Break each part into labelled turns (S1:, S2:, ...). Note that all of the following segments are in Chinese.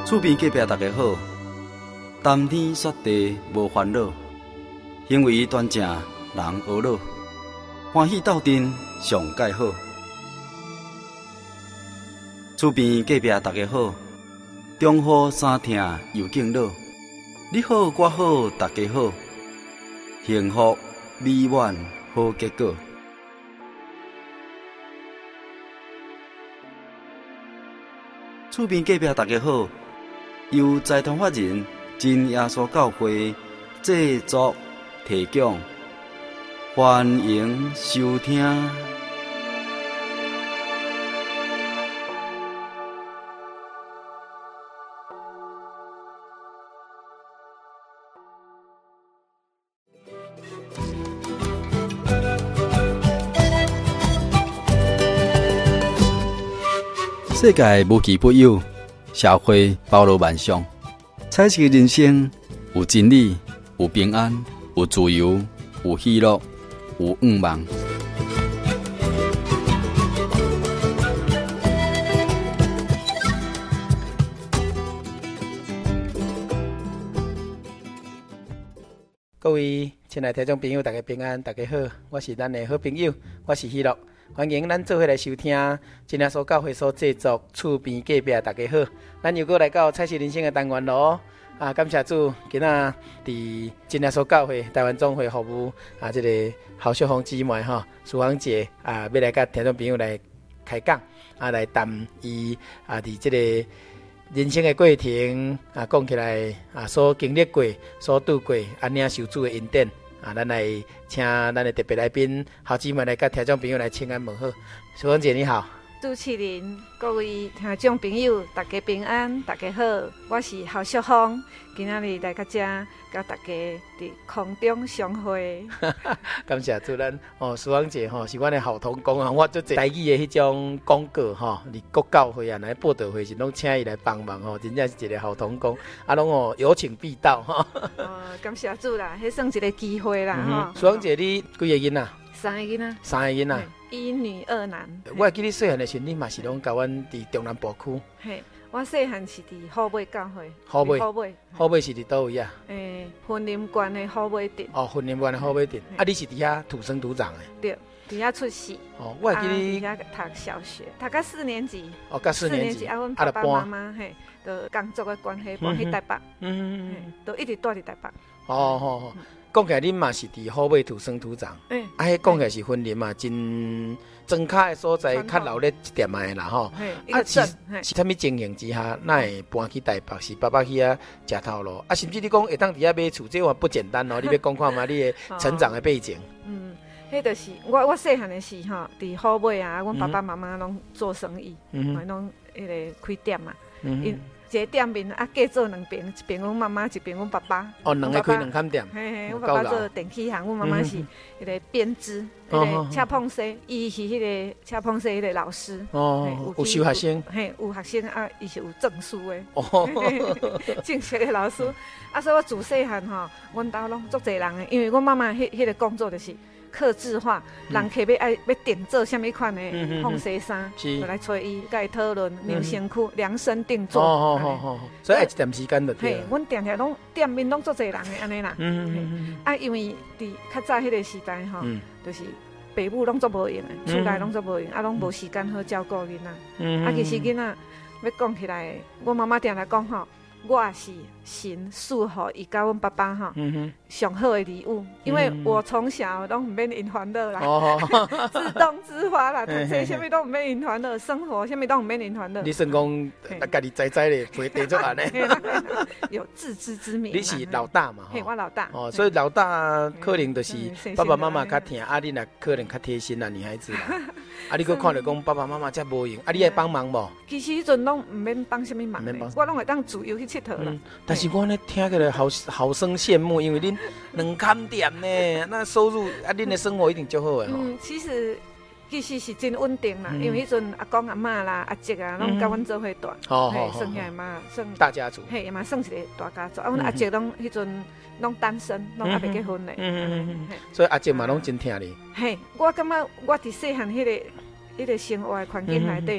S1: 厝边隔壁大家好，谈天说地无烦恼，行为端正人学老，欢喜斗阵上介好。厝边隔壁大家好，中好三听又敬老，你好我好大家好，幸福美满好结果。厝边隔壁大家好，由财团法人真耶稣教会制作提供，欢迎收听。世界无奇不有，社会包罗万象。彩色人生有真理，有平安，有自由，有喜乐，有愿望。
S2: 各位亲爱的听众朋友，大家平安，大家好，我是咱的好朋友，我是喜乐。欢迎咱做伙来收听真耶稣教会所制作厝边隔壁大家好。咱又过来到彩色人生的单元咯。感谢主，今仔伫真耶稣教会台湾总会服务这个郝秀芳姊妹苏芳姐要来甲听众朋友来开讲来谈伊伫这个人生的过程讲起来所经历过、所度过安尼受主的恩典。咱来请咱的特别来宾好姊妹来甲听众朋友来请安问好。苏芳姐你好。
S3: 主持人、各位听众朋友，大家平安，大家好，我是郝秀芳，今仔日来到这，甲大家伫空中相会。
S2: 感谢主，咱苏芳姐是阮的好同工我做台语的迄种广告伫国教会来报道会时，拢请伊来帮忙真正是一个好同工，拢有请必到
S3: 感谢主啦，迄算一个机会啦
S2: 苏芳姐，你几个囡仔
S3: ？3个囡仔。
S2: 3个囡仔。
S3: 1女2男。
S2: 我会记你细汉的时候，你嘛是拢甲阮伫中南部区。
S3: 嘿，我细汉是伫好尾教会。
S2: 好尾是伫倒位啊？
S3: 云林县的好尾镇。
S2: 云林县的好尾镇。你是伫遐土生土长的？
S3: 对，伫遐出世。
S2: 我会记你。
S3: 伫遐读小学，读到4年级。
S2: 到4年级。
S3: 阮爸爸妈妈就工作的关系搬去台北。就一直住伫台北。
S2: 讲起来，恁嘛是伫好尾土生土长，迄讲起来是婚姻嘛，真庄卡的所在，较留咧一点的啦是啥物情形之下，哪会搬去台北？是爸爸去遐食头路甚至你讲会当伫遐买厝，这话不简单你要讲看嘛，你的成长的背景。
S3: 迄就是我细汉的时伫好尾阮爸爸妈妈拢做生意，拢迄个开店嘛，一个店面隔做2边，一边阮妈妈，一边阮爸爸。
S2: 两个开2间店。
S3: 阮爸爸做电器行，阮妈妈是迄个编织，迄个车棚师，伊是迄个车棚师迄个老师。
S2: 有收学生。
S3: 有学生伊是有证书的。正式的老师。所以我自细汉阮兜拢足侪人的，因为阮妈妈迄个工作就是客制化，人客要定做什么款的风西衫，就来找伊，甲伊讨论量身躯，量身定做。
S2: 所以爱一点时间就对。
S3: 阮定定拢店面拢足侪人的安尼啦。因为伫较早迄个时代就是爸母拢足无闲的，厝内拢足无闲，拢无时间好照顾囡仔。其实囡仔要讲起来，阮妈妈定定讲我是神赐予伊甲阮爸爸上好的礼物，因为我从小都唔免因烦恼啦，自动自发啦，读册什么都唔免因烦恼，生活什么都唔免因烦恼。
S2: 你算讲家己知咧，陪地做安尼，
S3: 有自知之明。
S2: 你是老大嘛？
S3: 我老大。
S2: 所以老大可能就是爸爸妈妈较疼，你若可能较贴心啦，女孩子啦。你佫看到讲爸爸妈妈遮无用，你会帮忙无？
S3: 其实迄阵拢唔免帮什么忙，我拢会当自由去佚佗啦。
S2: 但是我呢听起来好生羡慕，因为恁2间店呢，那收入恁的生活一定足好的
S3: 其实是真稳定啦，因为迄阵阿公阿嬷啦、阿叔拢甲阮做伙大，算起来嘛算
S2: 大家族，
S3: 嘛算一个大家族。阮阿叔拢迄阵拢单身，拢还未结婚嘞。
S2: 所以阿叔嘛拢真疼你。
S3: 我感觉我伫细汉迄个生活的环境内底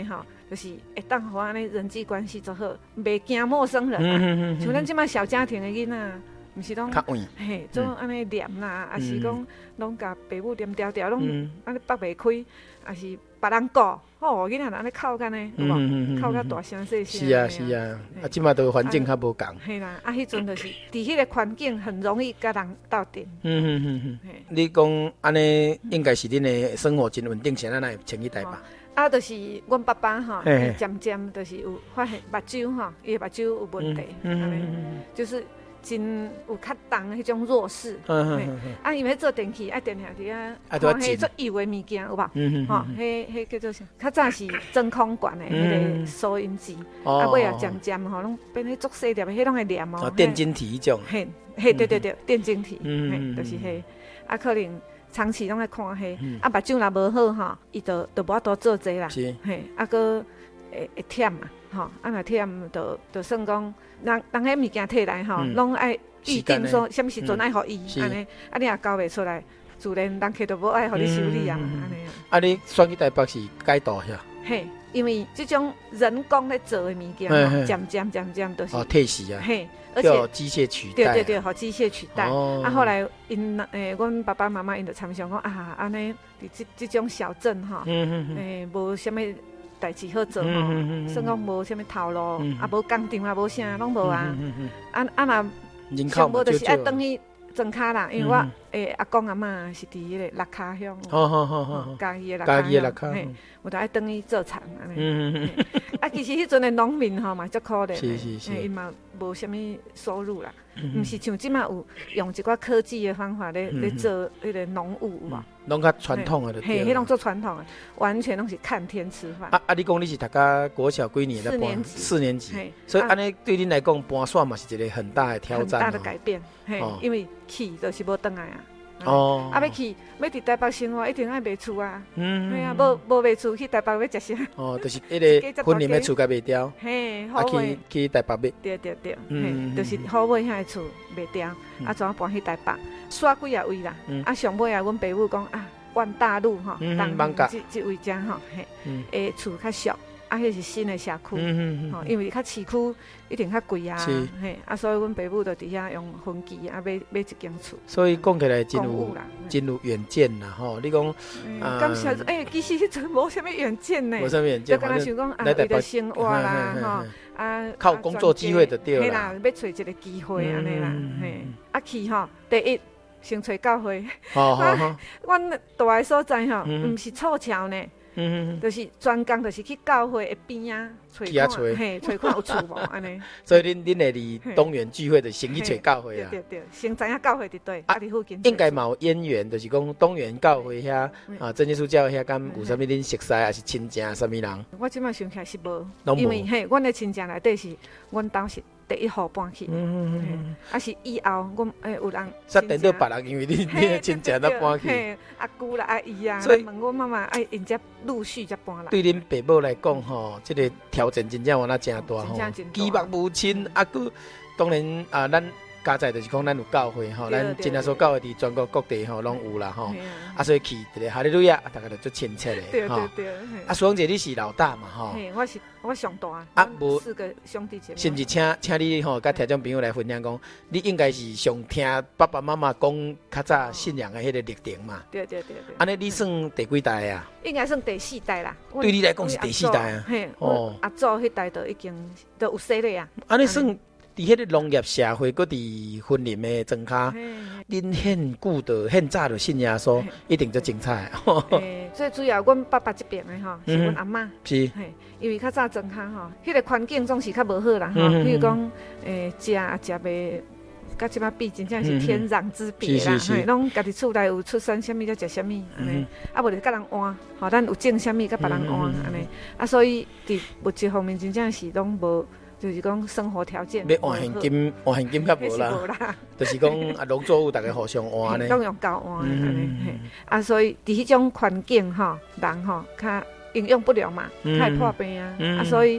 S3: 就是会当互安尼人际关系做好，袂惊陌生人啊。像咱即摆小家庭的囡仔，毋是拢嘿，总安尼念啦，还是讲拢甲爸母念调调，拢安尼擘袂开，还是别人教，吼，囡仔安尼哭干呢，有无？哭甲大声细声。
S2: 是啊是啊，啊，即摆都环境较无共。
S3: 嘿啦，啊，迄阵就是伫迄个环境很容易甲人斗阵。
S2: 你讲安尼，应该是恁的生活真稳定，现在哪会迁去台北？
S3: 啊，就是阮爸爸吼，渐渐就是有发现目睭吼，伊的目睭有问题，就是真有较重的迄种弱视。啊，因为做电器爱电下伫啊，看迄做油的物件有无？吼，迄叫做啥？较早是真空管的迄个收音机，啊，尾啊渐渐吼，拢变迄做细粒的，迄拢会念哦。
S2: 电晶体迄种。
S3: 嘿，对，电晶体，就是迄，啊，可能。长期拢在看迄，啊，目睭若无好吼，伊就无法度做这啦，嘿，啊，搁会忝嘛，吼，啊，若忝就算讲，人迄物件摕来吼，拢爱预定说，什么时阵爱互伊，安尼，啊，你若交袂出来，自然人客就无爱互你修理啊，安尼啊。啊，
S2: 你选去台北是改道遐？
S3: 嘿，因为即种人工咧做的物件，渐渐都是
S2: 退时啊，
S3: 嘿。
S2: 而且机械取代，
S3: 对，互机械取代。啊，后来因阮爸爸妈妈因就参详讲啊，安尼伫即种小镇吼，无啥物代志好做吼，算讲无啥物头路，啊，无工厂啊，无啥拢无啊。啊，若上无就是爱转去庄卡啦，因为我阿公阿嬷是伫迄个六卡乡，嘉义的六卡乡，我就爱转去做田安尼。啊，其实迄阵的农民吼嘛，足可怜，因嘛无啥物收入啦，毋是像即马有用一寡科技的方法咧做迄个农务嘛，
S2: 拢较传统的，
S3: 嘿，迄种做传统的，完全拢是看天吃饭。
S2: 啊，你讲你是读到国小几年在搬？4年级，所以安尼对恁来讲搬线嘛是一个很大的挑战，
S3: 很大的改变，嘿，因为去就是无转来啊。哦，啊，要去要伫台北生活，一定爱卖厝啊。对啊，无卖厝去台北要食啥？
S2: 哦，就是迄个婚姻的厝甲卖掉。
S3: 嘿，
S2: 啊去台北卖。
S3: 对，嘿，就是好买遐个厝卖掉，啊，怎搬去台北，刷几啊位啦。啊，上尾啊，阮爸母讲啊，万大路吼，即位遮吼，嘿，厝较俗。啊，迄是新的社区，因为较市区一定较贵啊，嘿，啊，所以阮爸母就伫遐用分期啊买一间厝。
S2: 所以讲起来真有远见啦，吼！你讲
S3: 感谢，其实迄阵无啥物远见呢，
S2: 无啥物远见，
S3: 就敢若想讲啊，为了生活啦，吼，啊，
S2: 靠工作机会就对
S3: 啦，要找一个机会安尼啦，嘿，啊去吼，第一先找教会，阮住的所在吼，毋是凑巧呢。就是专工，就是去教会的边啊，找看，嘿，找看有厝无安尼。
S2: 所以恁会伫东园聚会，就先去找教会啊。
S3: 对，先知影教会伫对，啊，伫附近。
S2: 应该嘛有渊源，就是讲东园教会遐啊，真耶稣教会遐，敢有啥物恁熟悉，还是亲戚啥物人？
S3: 我即摆想起来是无，因为嘿，阮的亲戚内底是阮兜是第一户搬去，啊是以后阮有人
S2: 煞等到别人，因为你的亲戚才搬去。
S3: 阿姑啦、阿姨啊，所以问阮妈妈，因才陆续才搬来。
S2: 对恁爸母来讲吼，这个挑战真正有那真大吼，举目无亲，啊个当然啊，咱家在就是讲咱有教会吼，咱真耶稣教会伫全国各地吼拢有啦吼，啊所以去一个哈利路亚，大家就足亲切的
S3: 吼。对。
S2: 啊，苏芳姐你是老大嘛吼？
S3: 我上大，
S2: 啊无
S3: 4个兄弟姐妹。
S2: 甚至请你吼，甲听众朋友来分享讲，你应该是上听爸爸妈妈讲较早信仰的迄个历程嘛。
S3: 对。
S2: 安尼你算第几代啊？
S3: 应该算第4代啦。
S2: 对你来讲是第4代啊。
S3: 嘿，阿祖迄代就已经都有洗了啊。
S2: 安尼算。伫迄个农业社会，搁伫婚姻的庄卡，恁很久的、很早的信耶稣，一定最精彩。
S3: 最主要，阮爸爸这边的吼，是阮阿嬷，
S2: 是，
S3: 因为较早庄卡吼，迄个环境总是较无好啦吼，比如讲，食袂，甲即摆比真正是天壤之别啦，拢家己厝内有出产啥物，才食啥物，安尼，啊无就甲人换，吼，咱有种啥物，甲别人换，安尼，啊，所以伫物质方面真正是拢无。就是讲生活条件，
S2: 要换现金较无啦，就是讲啊，农作物大家互相换呢，
S3: 拢用交换安尼，啊，所以伫迄种环境吼，人吼较营养不良嘛，较会破病啊，啊，所以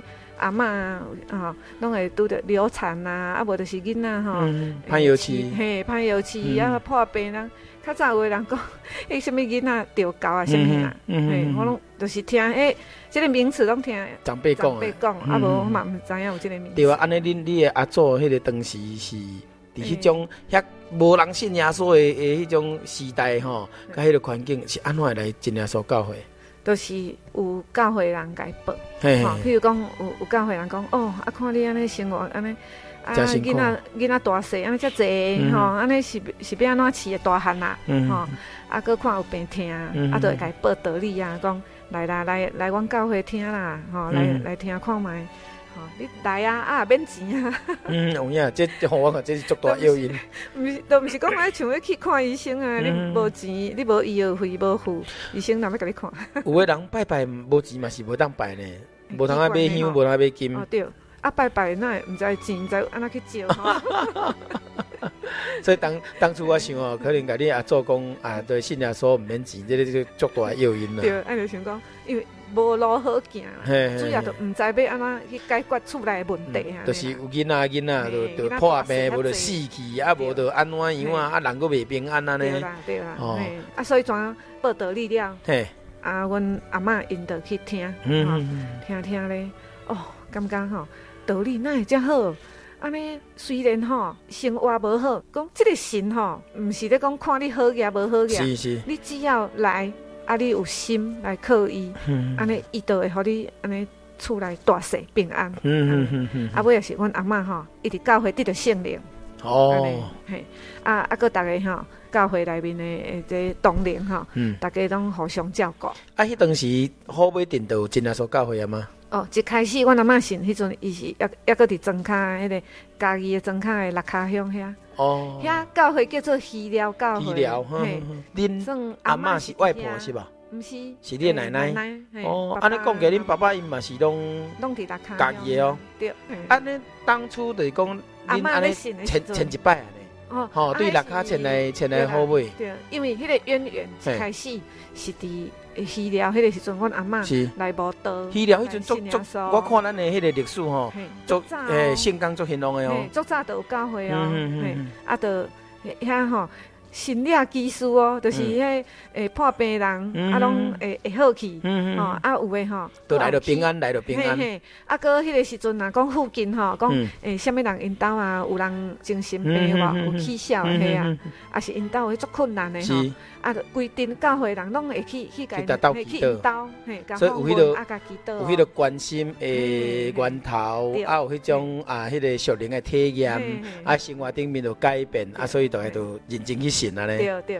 S3: 阿嬷吼，拢会拄着流产啊，啊无就是囡仔吼，
S2: 攀油漆，
S3: 嘿，攀油漆啊，破病人。较早有的人讲，迄什么囡仔掉狗啊，什么啦，嘿，我拢就是听这个名词拢听
S2: 长辈讲，
S3: 啊无我嘛毋知影有这个名词。
S2: 对啊，安尼你的阿祖迄个当时是伫迄种遐无人信耶稣的迄种时代吼，甲迄个环境是安怎来真耶稣教会？
S3: 都是有教会人甲伊报，吼，譬如讲有教会人讲，哦，啊看你安尼生活安尼。啊，囡仔大细，安尼遮济吼，安尼是要安怎饲的大汉啦，吼，啊，搁看有病听，啊，就会甲伊报道理啊，讲来啦，来阮教会听啦，吼，来听看卖，吼，你来啊，啊免钱啊，
S2: 有影，这互我看，这是足大诱因。
S3: 毋是讲爱像要去看医生啊，你无钱，你无医药费无付，医生哪要甲你看？
S2: 有的人拜拜无钱嘛是无当拜呢，无通啊买香，无通啊买金。
S3: 哦对。啊拜拜，那毋知钱，毋知安怎去借吼。
S2: 所以当初我想哦，可能甲你阿祖讲啊，对信耶稣毋免钱，这个就足大的诱因啦。
S3: 对，安就想讲，因为无路好行啦，主要就毋知要安怎去解决厝内的问题啊。
S2: 就是有囡仔就破病，无就死去，啊无就安怎样啊，人佫袂平安安尼。
S3: 对啦，啊所以怎报道理了，啊，阮阿嬷因就去听，听咧，哦，感觉吼。道理哪会遮好？安尼虽然吼生活无好，讲即个神吼，毋是咧讲看你好业无好业，
S2: 是，
S3: 你只要来，啊，你有心来靠伊，安尼伊就会互你安尼厝内大细平安。啊，尾也是阮阿嬷吼，一直教会得着圣灵。
S2: 哦，
S3: 嘿，啊，个大家吼，教会内面的这同龄吼，大家拢互相照顾。
S2: 啊，迄当时好尾镇都有真耶稣教会啊吗？
S3: 哦，一开始阮阿嬷信迄阵，伊是抑搁伫庄卡迄个嘉义的庄卡的六卡乡遐。哦。遐教会叫做鱼寮教会。鱼寮，
S2: 恁阿嬷是外婆是吧？
S3: 毋是，
S2: 是你的奶奶。哦，安尼讲起来，恁爸爸因嘛是拢
S3: 伫六卡
S2: 嘉义的哦。
S3: 对。
S2: 安尼当初就是讲，恁安尼前一摆安尼。哦，对六卡前来好买。
S3: 对，因为迄个渊源一开始是伫。鱼寮迄个时阵，阮阿嬷来无道。
S2: 鱼寮迄阵足，我看咱的迄个历史吼，足圣光足兴隆的哦。
S3: 足早就有教会哦，啊，就遐吼神力技术哦，就是迄破病人啊，拢会好去，吼啊有诶吼，
S2: 都来着平安，来着平安。
S3: 啊，搁迄个时阵啊，讲附近吼，讲啥物人因兜啊，有人精神病哇，有起痟的迄啊，啊是因兜迄足困难的吼。啊，规定教会人拢会去甲因去引导，
S2: 所以有迄个
S3: 啊，甲祈祷，
S2: 有迄个关心的源头，啊，有迄种啊，迄个属灵的体验，啊，生活顶面有改变，啊，所以就会都认真去信啊咧。
S3: 对。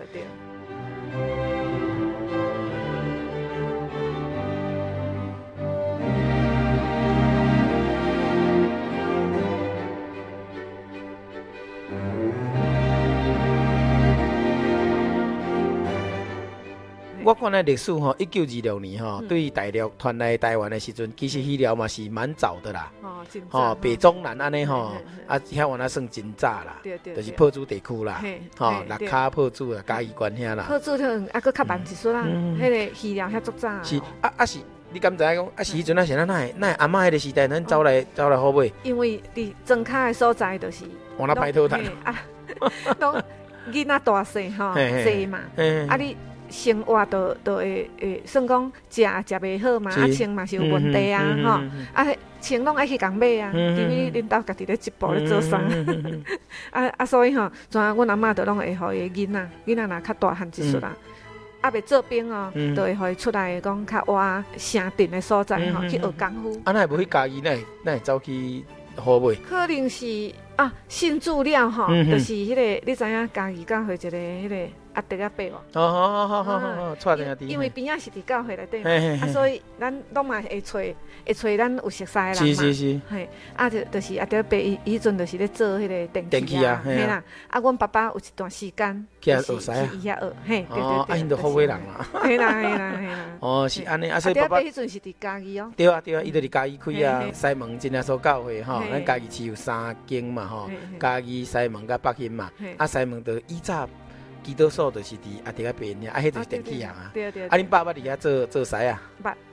S2: 我看那历史吼，1926年吼，对大陆传来台湾的时阵，其实鱼寮嘛是蛮早的啦。哦，北中南安尼吼，啊，遐原来算真早啦，就是破主地区啦，吼，六卡破主啊，嘉义关遐啦。
S3: 破主就啊，搁较慢一撮啦，迄个鱼寮遐足早。
S2: 是是，你敢知影讲？是迄阵啊，是咱那阿嬷迄个时代，咱走来好买。
S3: 因为伫庄卡的所在，就是
S2: 往那歹讨趁
S3: 啊，拢囡仔大细吼，济嘛，啊你。生活都会算讲食袂好嘛，啊穿嘛是有问题啊，吼，啊穿拢爱去共买啊，除非恁兜家己咧一步咧做啥，所以吼，怎阮阿嬷都拢会互伊囡仔若较大汉一撮啦，啊袂做兵哦，都会互伊出来讲较活城镇的所在吼去学功夫。
S2: 啊，那会无去嘉义，那会走去好买？
S3: 可能是啊，信主了吼，就是迄个你知影嘉义教会一个迄个。啊，得啊，白哦！
S2: 好，错定
S3: 因为边仔是伫教会内底嘛，啊，所以咱拢嘛会找咱有熟悉的人嘛，
S2: 是，
S3: 嘿，啊，就是啊，得白伊迄阵就是咧做迄个电器啊，嘿啦，啊，阮爸爸有一段时间就是去伊遐学，嘿，对，
S2: 啊，因都好买人啦，
S3: 嘿啦，
S2: 哦，是安尼，啊，所以爸爸
S3: 迄阵是伫嘉义哦，
S2: 对啊，伊就伫嘉义开啊，西门真耶稣教会吼，咱嘉义市有3间嘛吼，嘉义、西门甲北兴嘛，啊，西门就以早。祈祷所就是伫阿伫个边啊，迄就是电器行啊。
S3: 对。
S2: 啊，恁爸爸伫遐做师啊？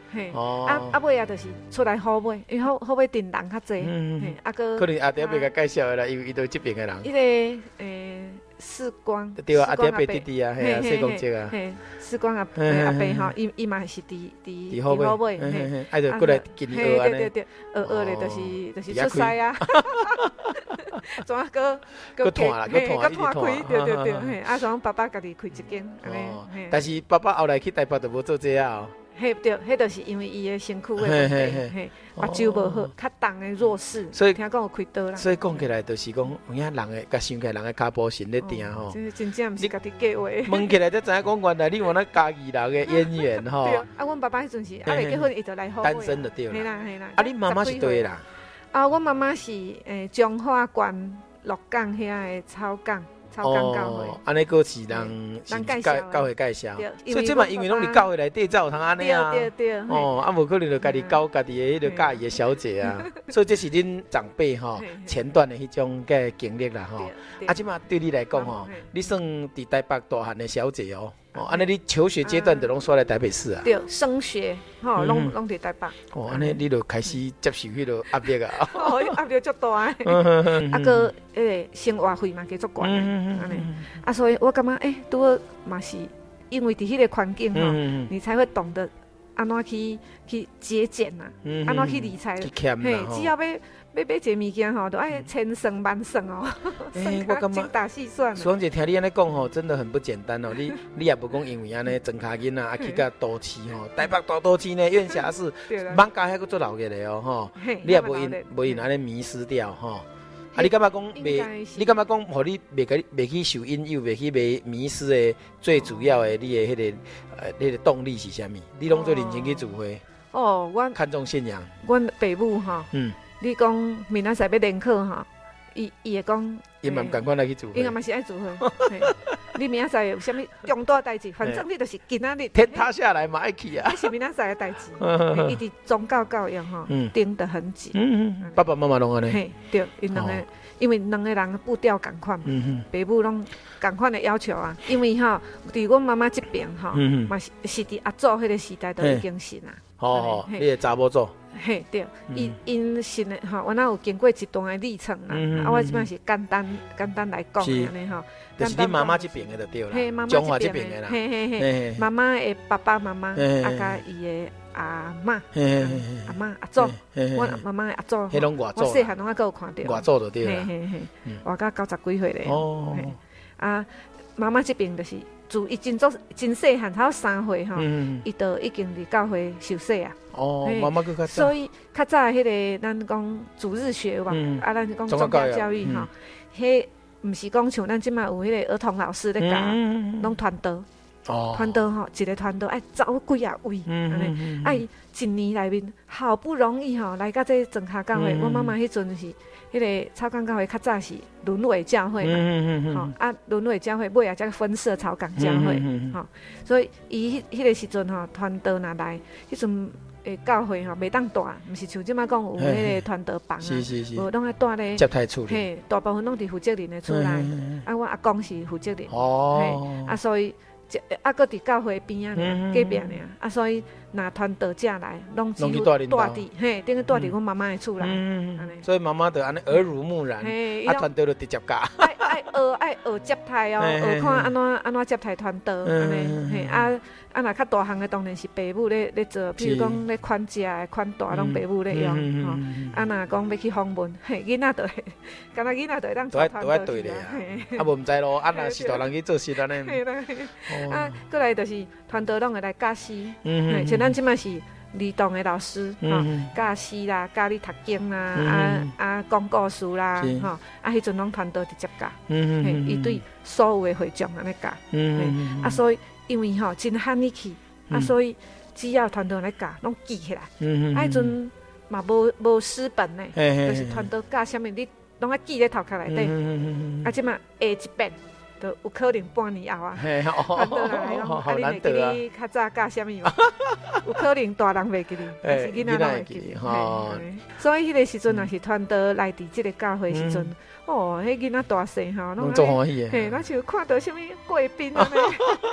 S3: 嘿，尾啊，就是出来好买，因为好买订人较济，
S2: 可能阿爹袂甲介绍的啦，因为伊都这边的人。
S3: 迄个世光，
S2: 对啊，阿爹伯弟弟啊，嘿啊，4公尺啊，
S3: 嘿，世光阿伯吼，伊嘛是伫好买，
S2: 嘿，爱就过来见你学安尼，
S3: 对，学咧，就是出师啊，怎啊个
S2: 团啦，个团
S3: 开，对，嘿，啊，像爸爸家己开一间，安尼，
S2: 但是爸爸后来去台北就无做这啊。
S3: 嘿，对，迄就是因为伊的身躯的问题，嘿，目睭无好，较重的弱势，所以听讲有开刀啦。
S2: 所以讲起来，就是讲有影人的，甲想起来人的骹步神咧定吼。
S3: 这真正毋是家己计划。
S2: 问起来才知影讲，原来你有那家己人的渊源吼。
S3: 对，阮爸爸迄阵是未结婚，伊就来好。
S2: 单身就对
S3: 啦。嘿啦。
S2: 你妈妈是对啦。
S3: 阮妈妈是彰化县鹿港遐的草港教会，
S2: 安尼个是人教会介绍，所以这嘛因为拢伫教会内底才有通安尼啊。
S3: 对。
S2: 无可能就家己教家己的迄个介意的小姐啊，所以这是恁长辈吼前段的迄种个经历啦吼。即嘛对你来讲吼，你算伫台北大汉的小姐哦。安尼你求学阶段就拢刷来台北市啊？
S3: 对，升学吼，拢伫台北。
S2: 安尼你就开始接受迄个压力啊？
S3: 压力足大诶，个生活费嘛加足悬安尼。所以我感觉拄嘛是因为伫迄个环境吼，你才会懂得安怎去节俭呐，安怎去理财。嘿，只要要买一个物件吼，都爱千算万算哦，
S2: 我感觉
S3: 精打细算。
S2: 苏芳姐听你安尼讲吼，真的很不简单哦。你也无讲因为安尼庄脚囡仔去到都市吼，台北大都市呢，院辖市，艋舺遐个做老个的哦吼，你也无因安尼迷失掉吼。你感觉讲你感觉讲，互你袂去受引诱，袂去迷失的最主要的你的迄个动力是啥物？你拢做认真去做伙。
S3: 我
S2: 看重信仰。
S3: 阮爸母吼，你讲明仔载要练课吼，伊会讲，
S2: 伊嘛赶快来去做伙。
S3: 伊嘛是爱做伙。你明仔载有啥物重大代志，反正你就是今仔日
S2: 天塌下来嘛爱去啊。
S3: 那是明仔载的代志，伊伫宗教育吼盯得很紧。
S2: 爸爸妈妈拢安尼。
S3: 嘿，对，因两个，因为两个人步调共款嘛，爸母拢共款的要求啊。因为吼，伫阮妈妈这边吼，嘛是伫阿祖迄个时代都已经信啊。
S2: 你的查某祖。
S3: 嘿，对，因信的吼，我那有经过一段的历程啦。我即摆是简单来讲安尼吼。
S2: 就是你妈妈这边的就对
S3: 啦，
S2: 中华这边的啦。
S3: 嘿，妈妈的爸爸妈妈，甲伊的阿嬷、阿祖，我妈妈的阿祖，我细汉拢还有看到。
S2: 外祖就对啦。
S3: 活到90几岁咧。妈妈这边就是自伊真细汉，才有3岁吼，伊就已经伫教会受洗啊。
S2: 妈妈更较早。
S3: 所以较早迄个咱讲主日学吧，咱讲宗教教育吼，迄毋是讲像咱即马有迄个儿童老师咧教，拢团导。团导吼，一个团导爱走几啊位，安尼，爱一年内面好不容易吼来到这庄脚教会。我妈妈迄阵是迄个草港教会，较早是轮回教会嘛，轮回教会尾啊才分社草港教会，所以伊迄个时阵吼，团导若来，迄阵教会吼袂当大，毋是像即马讲有迄个团导房啊，无拢爱住咧
S2: 接待处理，
S3: 嘿，大部分拢伫负责人的厝内，我阿公是负责人，所以。搁伫教会边啊，隔壁尔，所以若团导者来，拢几乎住伫，嘿，等于住伫阮妈妈的厝内，
S2: 所以妈妈就安尼耳濡目染，团导就直接教。
S3: 爱学接待哦，学看安怎接待团导，安尼，嘿若较大项的当然是爸母咧做，譬如讲咧款食的、款大拢爸母咧用，吼。若讲要去访问，嘿，囡仔就会，敢若囡仔就会当带团导去啦，
S2: 无毋知咯，若是大人去做事安尼。
S3: 过来就是团导拢会来教诗，像咱即马是儿童的老师，教诗啦，教你读经啦，讲故事啦，迄阵拢团导直接教，伊对所有的会众安尼教，所以因为吼真罕你去，所以只要团导来教，拢记起来，迄阵嘛无诗本呢，就是团导教啥物你拢爱记咧头壳内底，即马下一遍。就有可能半年后啊，团导来讲，你会记你较早教啥物嘛？有可能大人袂记你，但是囡仔拢会记你。所以迄个时阵，若是团导来伫即个教会时阵，迄囡仔大细吼，
S2: 拢做欢喜
S3: 嘿，那像看到啥物贵宾安尼。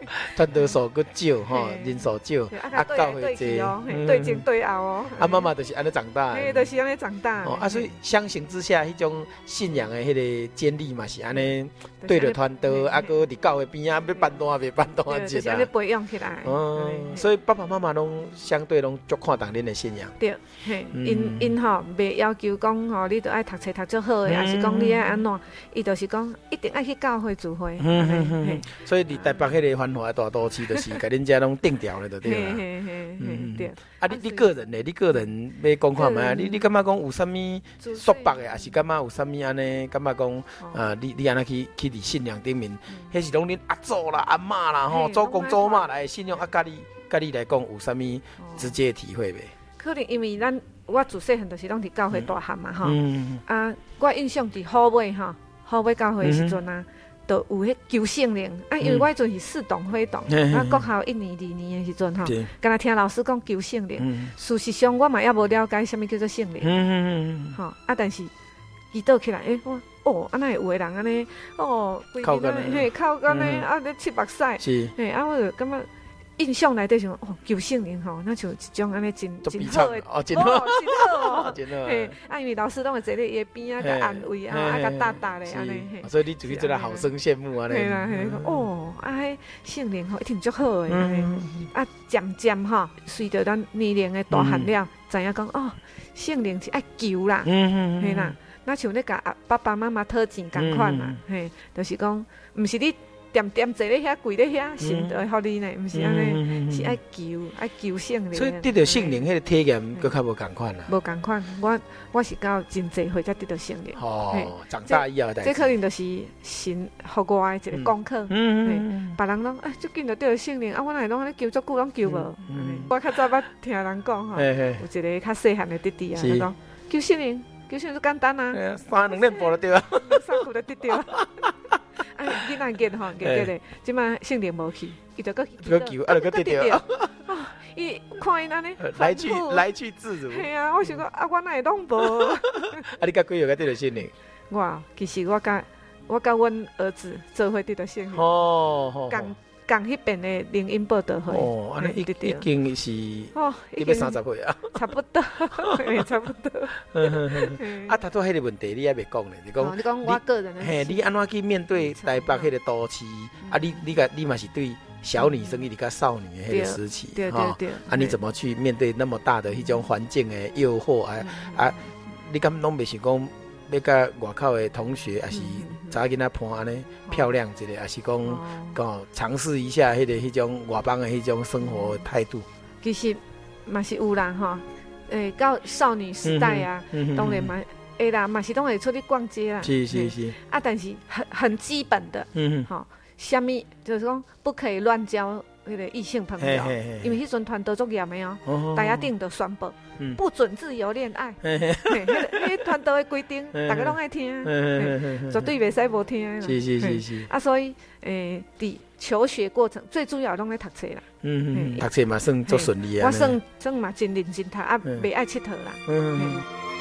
S2: 团队数佫少吼，人数少，教会济
S3: 对前对后哦。
S2: 妈妈就是安尼长大，
S3: 就是安尼长大。
S2: 所以相形之下，迄种信仰的迄个建立嘛是安尼，对着团队，佫伫教会边啊，要办单袂办单
S3: 就是安尼培养起来。
S2: 所以爸爸妈妈拢相对拢足看重恁的信仰。
S3: 对，嘿，因吼袂要求讲吼，你都爱读册读足好的，还是讲你爱安怎？伊就是讲一定爱去教会聚会。
S2: 所以伫台北迄个繁华的大都市，就是甲恁遮拢定调了，就对啦。
S3: 对。
S2: 你个人咧，你个人要讲看卖，你感觉讲有啥物束缚的，还是感觉有啥物安尼？感觉讲你安尼去伫信仰顶面，迄是拢恁阿祖啦、阿嬷啦、吼祖公祖妈来信仰，甲你来讲有啥物直接的体会袂？
S3: 可能因为我自细汉就是拢伫教会大汉嘛吼，我印象伫好尾吼，好尾教会的时阵啊。都有迄求圣灵因为我迄阵是四栋会栋，国校1年2年的时阵吼，敢若听老师讲求圣灵，事实上我嘛也无了解什么叫做圣灵，但是祈祷起来，我安那有的人安尼，
S2: 靠干
S3: 嘿，靠干呢，咧七八岁，我就感觉。印象内底想求圣灵吼，那就一种安尼真好的
S2: 真好
S3: 真好嘿，因为老师拢会坐咧伊边甲安慰甲搭搭咧安尼，
S2: 所以你就去做来好生羡慕安尼。
S3: 嘿啦，迄圣灵吼一定足好诶，渐渐吼，随着咱年龄诶大汉了，知影讲圣灵是爱求啦，嘿啦，那像咧甲爸爸妈妈讨钱共款啦，嘿，就是讲毋是你。点坐咧遐跪咧遐，神就会互你呢，毋是安尼，是爱求圣灵。
S2: 所以得到圣灵迄个体验，佫较无共款啦。
S3: 无共款，我是到真济岁才得到圣灵。
S2: 长大以后，
S3: 这可能就是神互我的一个功课。别人拢最近就得到圣灵，我哪会拢安尼求足久拢求无？我较早捌听人讲吼，有一个较细汉的弟弟讲求圣灵，求圣灵就简单啊
S2: ，3、2练步就对啊
S3: ，3句就得到。囡仔见吼，见咧，即摆圣灵无去，伊就搁
S2: 求，就搁得到。
S3: 伊看因安尼
S2: 来去自如。
S3: 系啊，我想讲我哪会拢无？
S2: 你甲几个得到圣灵？
S3: 其实我甲阮儿子做伙得到圣灵。共迄边的灵音报道会。
S2: 安尼已经是已经30岁啊。
S3: 差不多，差不多。
S2: 他做迄个问题，你还袂讲咧？
S3: 你讲我个人的。
S2: 你安怎去面对台北迄个都市？你嘛是对小女生一直较少女的迄个时期，
S3: 对。
S2: 你怎么去面对那么大的迄种环境的诱惑你敢拢袂想讲？要甲外口的同学，还是查囡仔伴安尼漂亮一个，还是讲尝试一下迄种外邦的迄种生活态度？
S3: 其实嘛是有啦吼，到少女时代啊，当然嘛会啦，嘛是拢会出去逛街啦。
S2: 是。
S3: 但是很基本的，什么就是讲不可以乱交迄个异性朋友，因为迄阵团队作业的大家定的宣布。不准自由恋爱，迄团队的规定，大家拢爱听，绝对袂使无听。
S2: 是。
S3: 所以伫求学过程最主要拢在读册啦。
S2: 读册嘛算足顺利啊。
S3: 我算嘛真认真读，袂爱佚佗啦。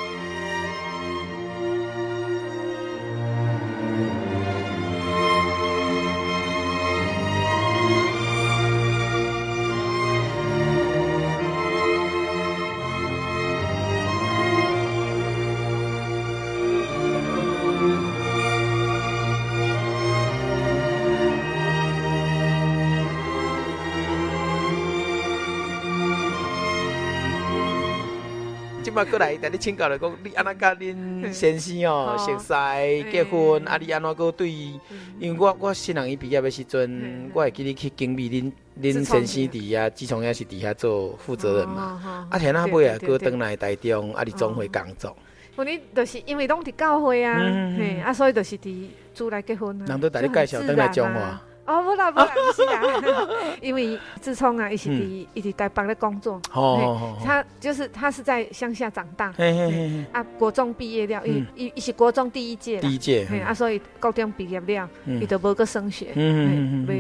S2: 嘛过来，但你请教了讲，你安怎甲恁先生熟识结婚？你安怎个对？因为我新人伊毕业的时阵，我会记你去经历恁先生伫遐，自从也是伫遐做负责人嘛。天仔尾个转来台中，伫总会工作。
S3: 我你就是因为拢伫教会啊，所以就是伫厝内结婚啊。
S2: 人都带你介绍转来中华。
S3: 无啦，不是啦，因为自从伊是伫台北咧工作，他是在乡下长大，国中毕业了，伊是国中第一届，所以高中毕业了，伊就无搁升学，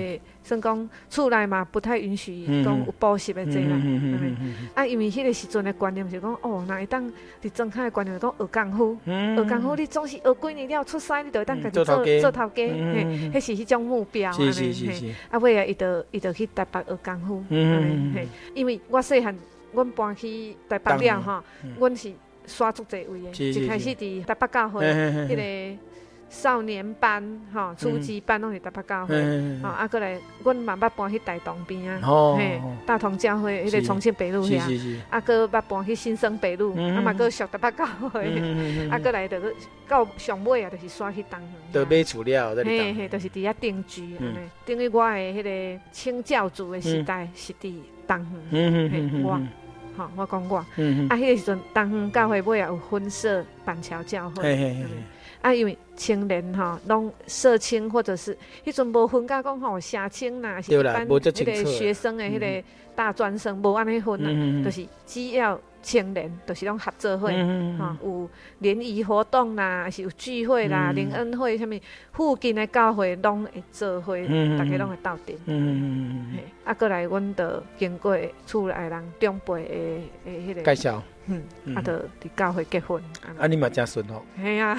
S3: 算讲厝内嘛不太允许讲有补习的这啦。啊，因为迄个时阵的观念是讲，哦，那会当伫庄脚的观念是讲学功夫，学功夫你总是学几年了出师，你就会当家己做头家，迄是迄种目标。是。啊，尾啊，伊就去台北学功夫。因为我细汉，阮搬去台北了吼，阮是刷足侪位的，一开始伫台北教会迄个少年班吼，初级班拢是台北教会，吼，啊，过来，阮嘛捌搬去台东边啊，嘿，大同教会迄个重庆北路遐，啊，搁捌搬去新生北路，啊嘛搁属台北教会，啊，过来就到上尾啊，就是刷去东园，
S2: 就买厝了，
S3: 嘿，就是伫遐定居安尼，等于我的迄个清教主的时代是伫东园，我。好，我讲过，啊，迄个时阵，东园教会尾也有分社板桥教会，啊，因为青年吼，拢社青或者是迄阵无分甲讲吼社青啦，是一般迄个学生的迄个大专生无安尼分啦，就是只要青年，就是拢合作会，吼有联谊活动啦，还是有聚会啦、灵恩会，什么附近的教会拢会做伙，大家拢会斗阵。啊，过来阮就经过厝内人长辈的迄个
S2: 介绍，
S3: 啊，就伫教会结婚。
S2: 啊，你嘛真顺哦。
S3: 系啊。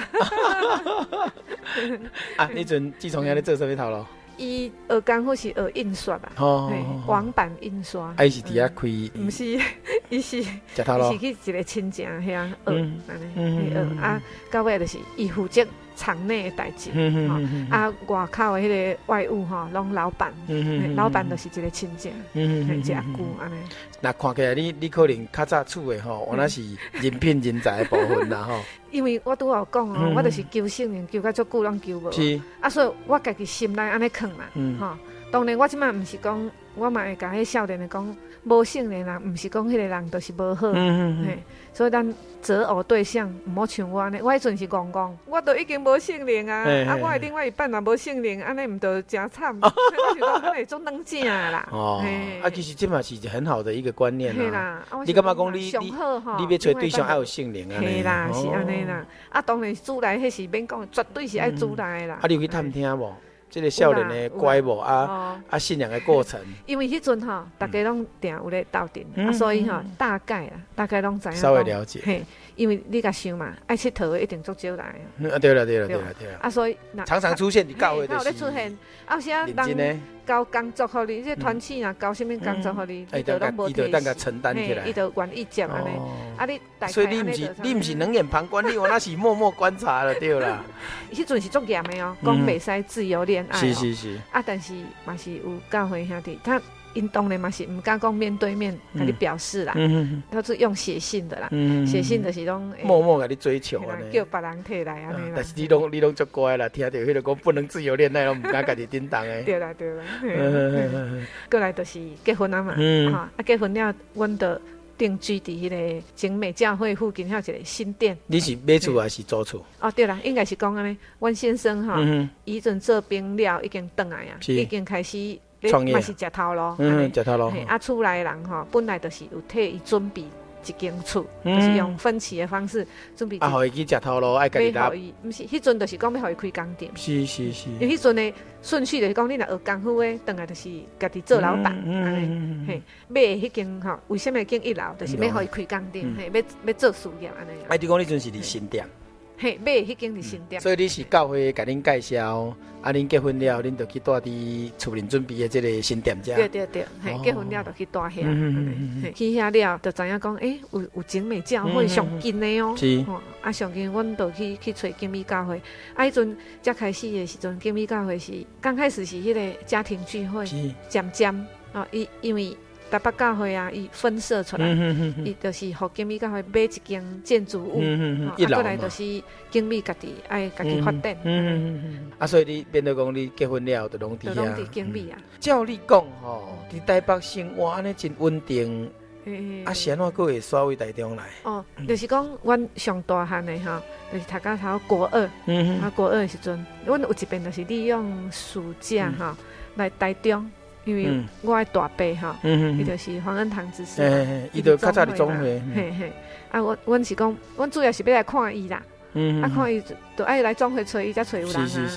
S2: 啊，迄阵自从遐咧做啥物头咯？
S3: 伊学功夫是学印刷吧？网版印刷。
S2: 伊是伫遐开？
S3: 毋是，伊是
S2: 食头咯。
S3: 是去一个亲戚遐学，安尼学啊，到尾就是伊负责场内的代志，啊，外口的迄个外务吼，拢老板，老板就是一个亲戚，很食久安尼。
S2: 那看起来你可能较早厝的吼，原来是人品人才的部分啦吼。
S3: 因为我拄有讲哦，我就是求圣灵，求到足久拢求无。是。啊，所以我家己心内安尼囥嘛，吼。当然，我即摆毋是讲，我嘛会甲迄少年的讲，无圣灵人，毋是讲迄个人就是无好。嘿，所以咱择偶对象毋好像我安尼，我迄阵是戆戆，我都已经无圣灵啊，啊，我的另外一半也无圣灵，安尼毋就真惨？我是讲，安尼做软正啦。哦。
S2: 啊，其实这嘛是很好的一个观念啦。你感觉讲你要找对象要有圣灵啊？
S3: 嘿啦，是安尼啦。啊，当然厝内迄是免讲，绝对是爱厝内啦。
S2: 啊，你有去探听无？这个少年的乖无啊信仰的过程，
S3: 因为迄阵吼，大家拢定有咧斗阵，啊，所以吼大概拢知影
S2: 稍微了解。
S3: 嘿，因为你甲想嘛，爱佚佗的一定足少来
S2: 啊。对了。
S3: 啊，所以
S2: 常常出现伫教会的
S3: 是。出现，啊，有时啊人交工作互你，这团契啊交什么工作互你，伊就拢无提示，伊就当甲承担起来，伊就愿意接安尼。啊，你
S2: 所以你毋是冷眼旁观，你那是默默观察了，对啦。
S3: 迄阵是足严的哦，讲袂使自由恋爱。
S2: 是。
S3: 啊，但是嘛是有教会兄弟，他因当然嘛是毋敢讲面对面甲你表示啦，他是用写信的啦，写信就是拢
S2: 默默甲你追求啊，
S3: 叫别人摕来安尼啦。
S2: 但是你拢足乖啦，听到迄个讲不能自由恋爱，拢毋敢家己叮当诶。
S3: 对啦。过来就是结婚啊嘛，啊结婚了，阮就定居伫迄个景美教会附近，还有一个新店。
S2: 你是买厝还是租厝？
S3: 哦，对啦，应该是讲安尼。阮先生吼，伊阵做兵了，已经转来啊，已经开始
S2: 创业，
S3: 嘛是食头路。
S2: 食头路。
S3: 啊，厝内人吼，本来就是有替伊准备一间厝，就是用分期的方式准备。
S2: 啊，互伊去食头路，爱家己搭。
S3: 毋是，迄阵就是讲要互伊开工店。
S2: 是。
S3: 因为迄阵的顺序就是讲，你若学功夫的，转来就是家己做老板，安尼。嘿，买迄间吼，为什么会建一楼？就是要互伊开工店，嘿，要做事业安尼。
S2: 啊，你讲你阵是伫新店。
S3: 嘿，买迄间伫新店。
S2: 所以你是教会甲恁介绍，啊，恁结婚了，恁就去住伫厝邻准备的这个新店遮。
S3: 对，嘿，结婚了就去住遐，去遐了就知影讲，有景美教会上近的哦。
S2: 是。
S3: 啊，上近阮就去找景美教会，啊，迄阵才开始的时阵，景美教会是刚开始是迄个家庭聚会，渐哦，因为。台北教会啊，伊分社出来，伊就是互景美教会买一间建筑物，啊，过来就是景美家己爱家己发展。
S2: 啊，所以你变到讲你结婚了，就拢伫遐。
S3: 就拢伫景美啊。
S2: 照你讲吼，伫台北生活安尼真稳定，啊，是安怎佫会刷回台中来？
S3: 哦，就是讲阮上大汉的吼，就是读到头国二，啊，国二的时阵，阮有一遍就是利用暑假吼来台中。因为我的大伯吼，伊就是黄恩堂执事，
S2: 伊就较早伫总会，
S3: 啊，阮是讲，阮主要是要来看伊啦，啊，看伊就爱来总会找伊，才找有人啊，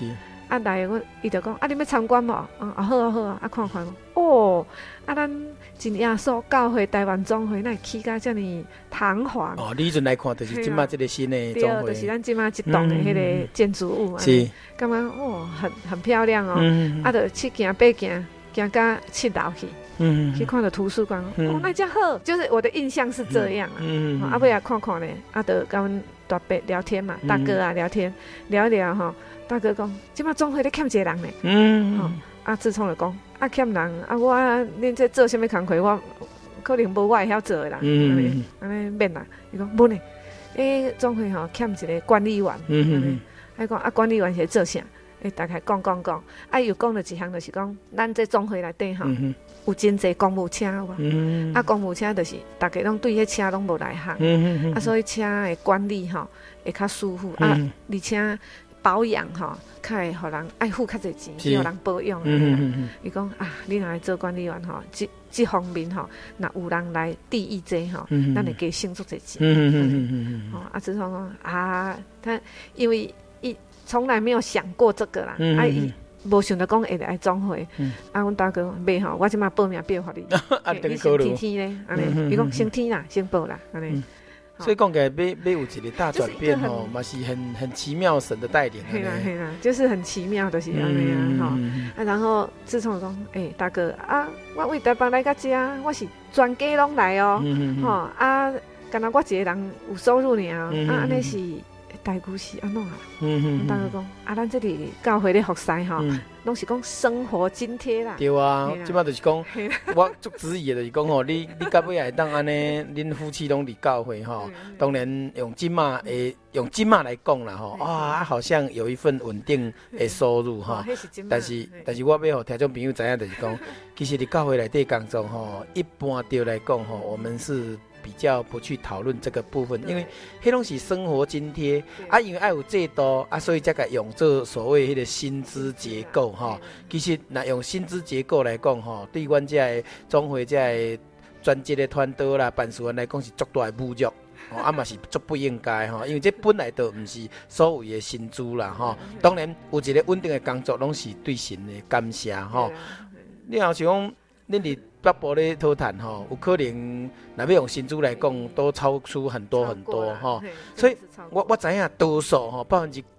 S3: 啊来伊就讲啊，你要参观无？好啊好啊，看看哦，啊咱真耶稣教会台湾总会，那起甲遮尔堂皇。
S2: 哦，你阵来看，就是即马即个新的总会，
S3: 就是咱即马一栋的迄个建筑物，
S2: 是，
S3: 感觉哦，很漂亮哦。啊，就去行爬行到7楼去。去看到图书馆，哦，那家好，就是我的印象是这样啊。啊，尾也看看咧，啊，就跟阮大伯聊天嘛，大哥啊聊天，聊一聊吼。大哥讲，即摆总会咧欠一个人咧。啊，志聪就讲，啊欠人，啊我恁这做啥物工课，我可能无我会晓做的啦。安尼免啦，伊讲无呢，总会吼欠一个管理员。啊讲啊管理员是做啥？大概讲，啊又讲了一项，就是讲咱这总会内底吼。有真侪公务车有无？啊，公务车就是大家拢对迄车拢无内行，啊，所以车的管理吼会较舒服啊，而且保养吼较会互人爱付较侪钱，去互人保养。伊讲啊，你若来做管理员吼，这方面吼，若有人来地议这吼，咱会加省足侪钱。啊，只是讲啊，他因为伊从来没有想过这个啦，啊伊。无想到讲会来总会，啊，阮大哥袂吼，我即马报名表互你，你先天天咧，安尼，伊讲先天啦，先报啦，安尼。
S2: 所以讲起来，要有一个大转变吼，嘛是很奇妙神的带领。
S3: 嘿啦，就是很奇妙，就是安尼啊，吼。啊，然后自从讲，大哥啊，我为台北来到遮，我是全家拢来哦，吼啊，干那我一个人有收入尔，啊，安尼是。大故事安怎啊？大哥讲啊，咱这里教会咧服侍吼，拢是讲生活津贴啦。
S2: 对啊，即摆就是讲，我足质疑的就是讲吼，你到尾会当安尼，恁夫妻拢伫教会吼，当然用即马来讲啦吼，啊，好像有一份稳定的收入吼。但是我要互听众朋友知影，就是讲，其实伫教会内底工作吼，一般对来讲吼，我们是。比较不去讨论这个部分，因为迄拢是生活津贴啊，因为爱有制度啊，所以才个用做所谓迄个薪资结构哈。其实若用薪资结构来讲哈，对阮这个总会这个专职的团队啦、办事员来讲是足大的侮辱，啊嘛是足不应该哈，因为这本来就唔是所谓的薪资啦哈。当然有一个稳定的工作，拢是对神的感谢哈。你若是讲恁伫北部咧讨谈吼，有可能若要用薪资来讲，都超出很多吼。所以我知影多数吼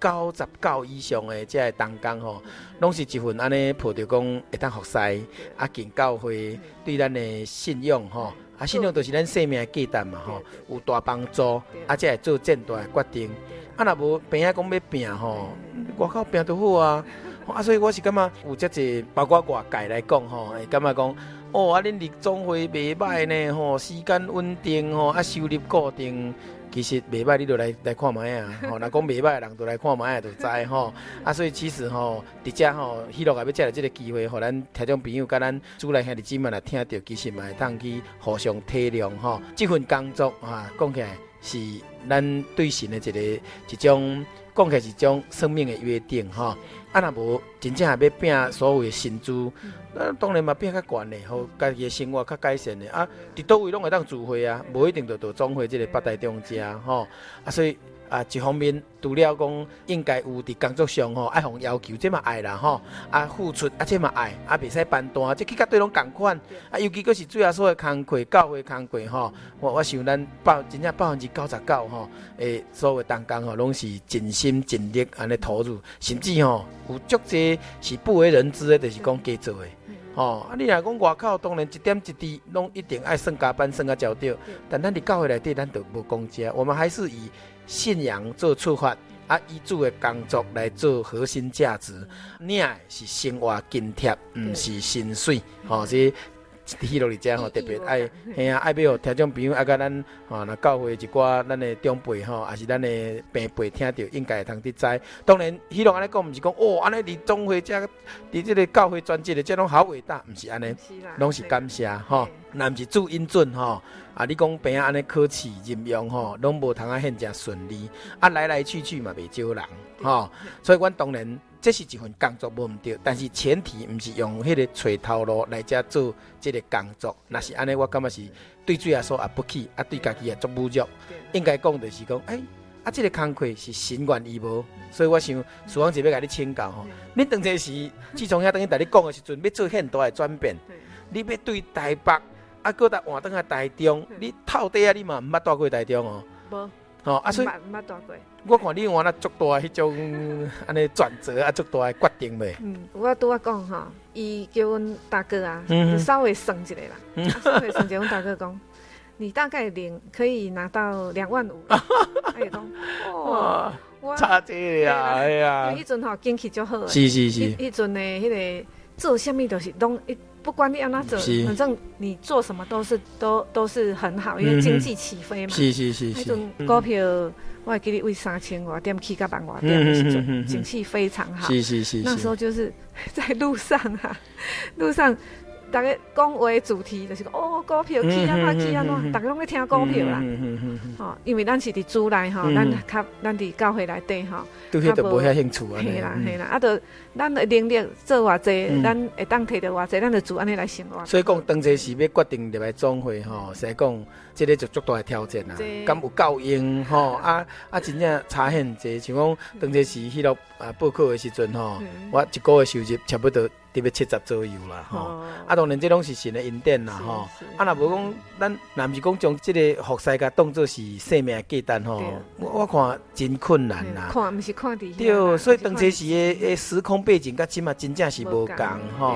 S2: 99%以上的这个同工吼，拢是一份安尼抱着讲会当服侍啊，敬教会对咱的信用吼，啊信用就是咱生命的价值嘛吼，有大帮助，啊才会做正大的决定。啊若无病啊讲要病吼，外口病就好啊。啊，所以我是感觉有遮济，包括外界来讲吼，会感觉讲。哦，啊，恁立总会袂歹呢吼，时间稳定吼，啊，收入固定，其实袂歹，你就来看卖啊，吼，若讲袂歹的人就来看卖就知吼，啊，所以其实吼，伫遮吼，希望也要借来这个机会，互咱听众朋友甲咱主内兄弟姊妹来听到，其实嘛会当去互相体谅吼，这份工作啊，讲起来是咱对神的一种，讲起来是一种生命的约定吼。啊，若无真正也要拼所有的薪资，当然嘛拼较悬嘞，互家己的生活较改善嘞。啊，伫倒位拢会当聚会啊，无一定就到总会这个北大中遮吼。啊，所以啊，一方面除了讲应该有伫工作上吼爱互要求，这嘛爱啦吼。啊，付出啊，这嘛爱，啊袂使搬单，这去甲对拢共款。啊，尤其佫是最后所的工课、教会工课吼，我想咱真正99%吼，所有同工吼拢是尽心尽力安尼投入，甚至吼有足济是不为人知的，就是讲加做的。啊，你若讲外口，当然一点一滴拢一定爱算加班算到焦掉，但咱伫教会内底，咱就无讲这，我们还是以信仰做出发，啊，以主的工作来做核心价值，领是生活津贴，唔是薪水，吼，是。迄落里遮吼特别爱，嘿啊，爱要听众朋友啊，甲咱吼，若教会一寡咱的长辈吼，也是咱的平辈听到，应该会通得知。当然，迄落安尼讲，毋是讲哦，安尼伫总会遮，伫即个教会专辑的，这拢好伟大，毋是安尼，拢是感谢吼。若毋是主因准吼，啊，你讲平安尼考试任用吼，拢无通啊现正顺利，啊来来去去嘛袂少人吼，所以阮当然。这是一份工作无毋对，但是前提毋是用迄个找头路来遮做这个工作。若是安尼，我感觉是对主耶稣也不起，啊对家己也足侮辱。应该讲就是讲， 啊，这个工课是心愿意无，所以我想苏芳姐要甲你请教吼。恁当初时，自从遐等于甲你讲的时阵，要做很大的转变，你要对台北，啊，搁搭换转来台中，你透底啊，你嘛毋捌住过台中哦。
S3: 无。
S2: 吼啊，所以
S3: 毋捌住过。
S2: 我看你换那足大迄种安尼转折啊，足大的决定袂。
S3: 我拄仔讲吼，伊叫阮大哥啊，就稍微算一下啦，稍微算一下，阮大哥讲。你大概可以拿到25000，他就讲，
S2: 哇，差这个啊，哎呀，
S3: 因为迄阵吼经济就好，
S2: 是，
S3: 迄阵的迄个做什么都是拢，不管你安怎做，反正你做什么都是很好，因为经济起飞嘛。是。迄阵股票我还记得为3000多点起到1万多点的时阵，景气非常好。是。那时候就是在路上。大家讲话的主题就是讲股票起啊，大家拢在听股票啦。因为咱是伫厝内吼，咱伫教会内底吼，
S2: 对迄就无遐兴趣啊。
S3: 嘿啦，啊，就咱的能力做偌济，咱会当摕到偌济，咱就做安尼来生活。
S2: 所以讲，当初是要决定入来总会吼，是讲这个就足大的挑战啊，敢有够用吼？啊，真正差很济，像讲当初是迄落报考的时阵吼，我一个月收入差不多伫要70左右啦吼。啊，当然这拢是神的恩典啦吼。啊，若无讲咱若毋是讲将这个服侍甲当作是生命价值吼，我看真困难啦。
S3: 看毋是看伫遐。
S2: 对，所以当初时的时空背景甲即嘛真正是无共吼。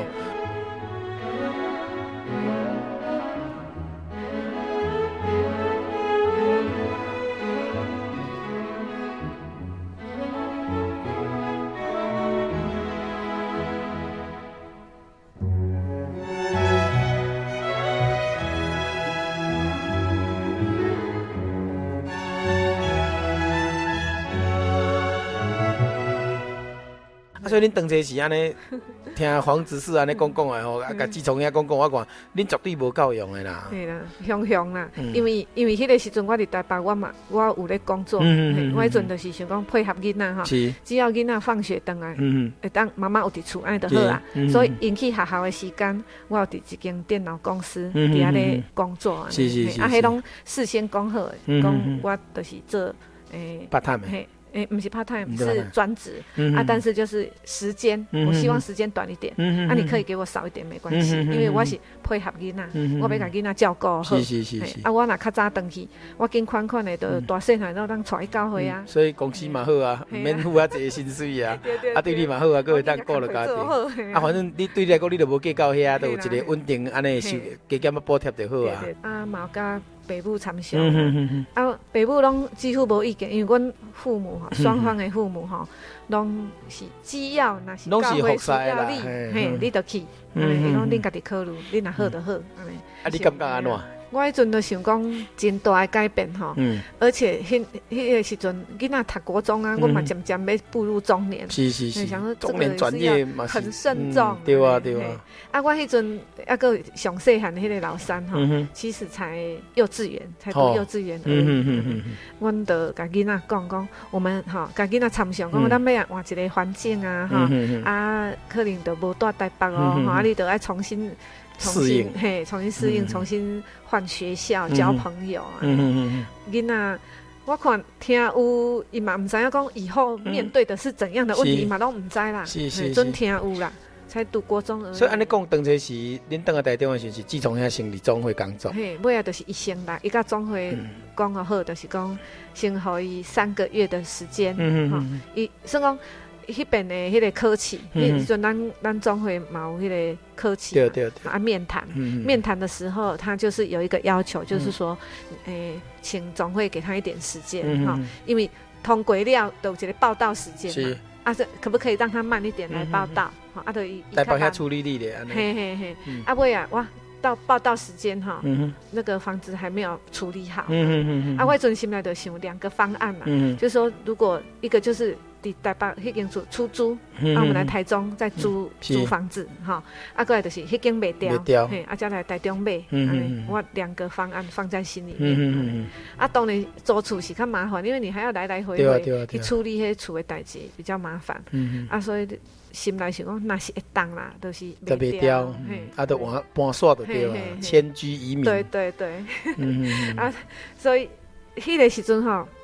S2: 所以恁当初是安尼，听黄执事安尼讲的吼，甲自从遐讲，我看恁绝对无够用的啦。
S3: 对啦，凶啦，因为迄个时阵我伫台北，我有咧工作，我迄阵就是想讲配合囡仔吼，只要囡仔放学回来，会当妈妈有伫厝安尼就好啊。所以引起学校的时间，我有伫一间电脑公司伫遐咧工作。是，啊，迄拢事先讲好的，讲我就是做
S2: part time。
S3: 不是 part time， 是专职但是就是时间，我希望时间短一点，你可以给我少一点没关系，因为我是配合囡仔，我要甲囡仔照顾好。是。我若较早回去，我紧款的，就大细汉都当带去教会啊。
S2: 所以公司嘛好啊，免付啊这薪水啊，对你嘛好啊，佫会当顾了家庭。反正你对你来讲，你就无计较遐，都有一个稳定安尼收加减补贴就好啊。
S3: 嘛有甲爸母参详爸母拢几乎无意见，因为阮父母双方的父母拢是只要若是教会需要你，你就去，伊讲恁家己考虑，恁若好就好，安尼。
S2: 你感觉安怎？
S3: 我迄阵就想讲真大的改变而且迄个时阵囡仔读国中啊，我嘛渐渐要步入中年，
S2: 是，
S3: 想说
S2: 中年转业嘛
S3: 很慎重，
S2: 对啊。
S3: 我迄阵还个上细汉的迄个老三其实才幼稚园，才读幼稚园而已。阮就甲囡仔讲，我们甲囡仔参详讲，咱要换一个环境啊可能就无住台北你就要重新适应，重新换学校，交朋友囡仔，我看听有，伊嘛唔知影讲以后面对的是怎样的问题，嘛拢唔知啦。准听有啦，才读国中而已。
S2: 所以安尼讲，当初是恁当个台中的时候，是自从遐成立总会工作。
S3: 尾啊，就是伊先来，伊甲总会讲好，就是讲先互伊3个月的时间。伊算讲。迄边的迄个考试，迄时阵咱总会嘛有迄个考试，对面谈的时候，他就是有一个要求，就是说，请总会给他一点时间因为通过了都有一个报到时间嘛，这可不可以让他慢一点来报到？就
S2: 来报下处理你的，
S3: 嘿，尾啊，哇！到报到时间那个房子还没有处理好我阵心内就想2个方案嘛，就是说如果一个就是伫台北迄间出租我们来台中再租房子过来就是迄间卖掉再来台中买我2个方案放在心里面当然租厝是较麻烦，因为你还要来回去处理迄厝的代志比较麻烦所以心内想讲，若是会当啦，都是卖掉，
S2: 就搬煞就对了，迁居移民。
S3: 对，所以迄个时阵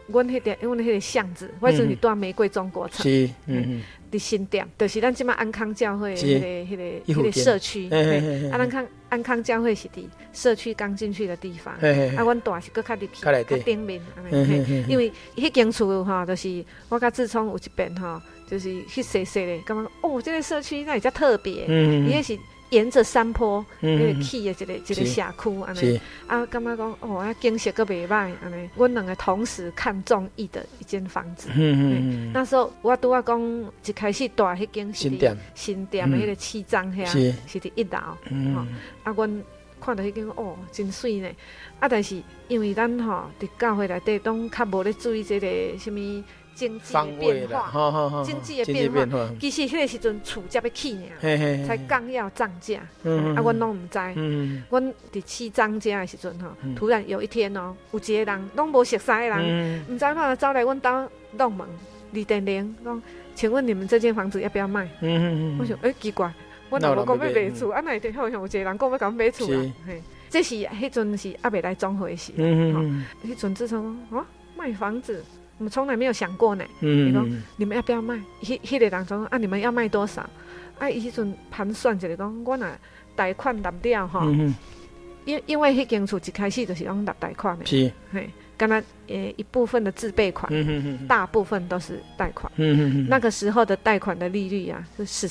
S3: 阮迄个巷子，我阵是住玫瑰中国城，
S2: 是，
S3: 伫新店，就是咱即马安康教会迄个社区，安康教会是伫社区刚进去的地方，阮住是搁较入去，较顶面，因为迄间厝吼，就是我甲志聪有一遍吼，就是去踅踅咧，感觉哦，这个社区那里较特别，伊迄是沿着山坡迄个起的一个社区安尼，感觉讲哦，景色搁袂歹安尼，阮两个同时看中意的一间房子。那时候我拄仔讲一开始住迄间新店的迄个7张遐，是伫1楼，阮看到迄间哦，真水呢。但是因为咱吼伫教会内底拢较无咧注意这个什么经济的变化，经济的变化，其实迄个时阵厝才要起尔，才刚要涨价，阮拢唔知。阮伫7张家的时阵吼，突然有一天哦，有一个人拢无熟悉的人，唔知哪走来阮家弄门，李电铃讲，请问你们这间房子要不要卖？我想奇怪，阮老公讲要卖厝，哪会好像有一个人讲要甲买厝啊？这是迄阵是还袂来总会时，迄阵自从哦卖房子。我们从来没有想过呢。你说你们要不要卖？迄个人说你们要卖多少？伊迄阵盘算一下讲，我若贷款纳了吼，因为迄间厝一开始就是拢纳贷款的，是，敢若一部分的自备款，大部分都是贷款。那个时候的贷款的利率啊是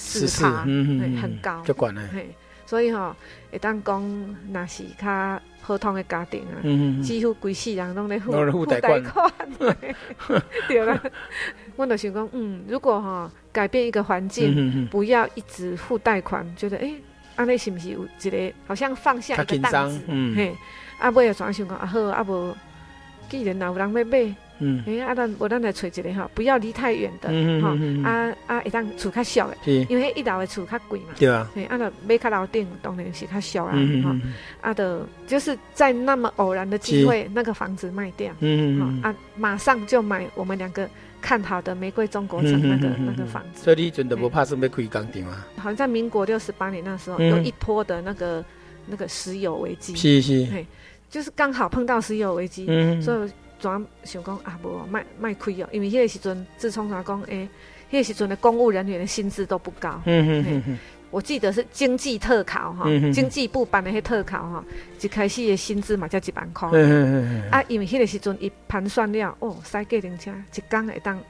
S3: 14%，很高，就管了。所以吼，会当讲若是较普通的家庭啊，几乎规世人拢咧付贷款，对啦。我就想讲，如果改变一个环境，不要一直付贷款，觉得安尼是不是有一个好像放下一个担子？尾又转想讲好，无既然有人要买。咱来找一个不要离太远的，会当厝较俗的，因为1楼的厝较贵嘛，对啊，就买较楼顶，当然是较俗啊，就是在那么偶然的机会，那个房子卖掉，马上就买我们2个看好的玫瑰中国城那个房子。
S2: 所以你真的不怕是要开工厂啊？
S3: 好像在民国68年那时候，有一波的那个石油危机，是，就是刚好碰到石油危机，所以。怎想讲无卖开哦，因为迄个时阵，自从讲迄个时阵的公务人员的薪资都不高。我记得是经济特考经济部办的迄特考一开始的薪资嘛才1万块。因为迄个时阵伊盘算了，驶计程车一天会当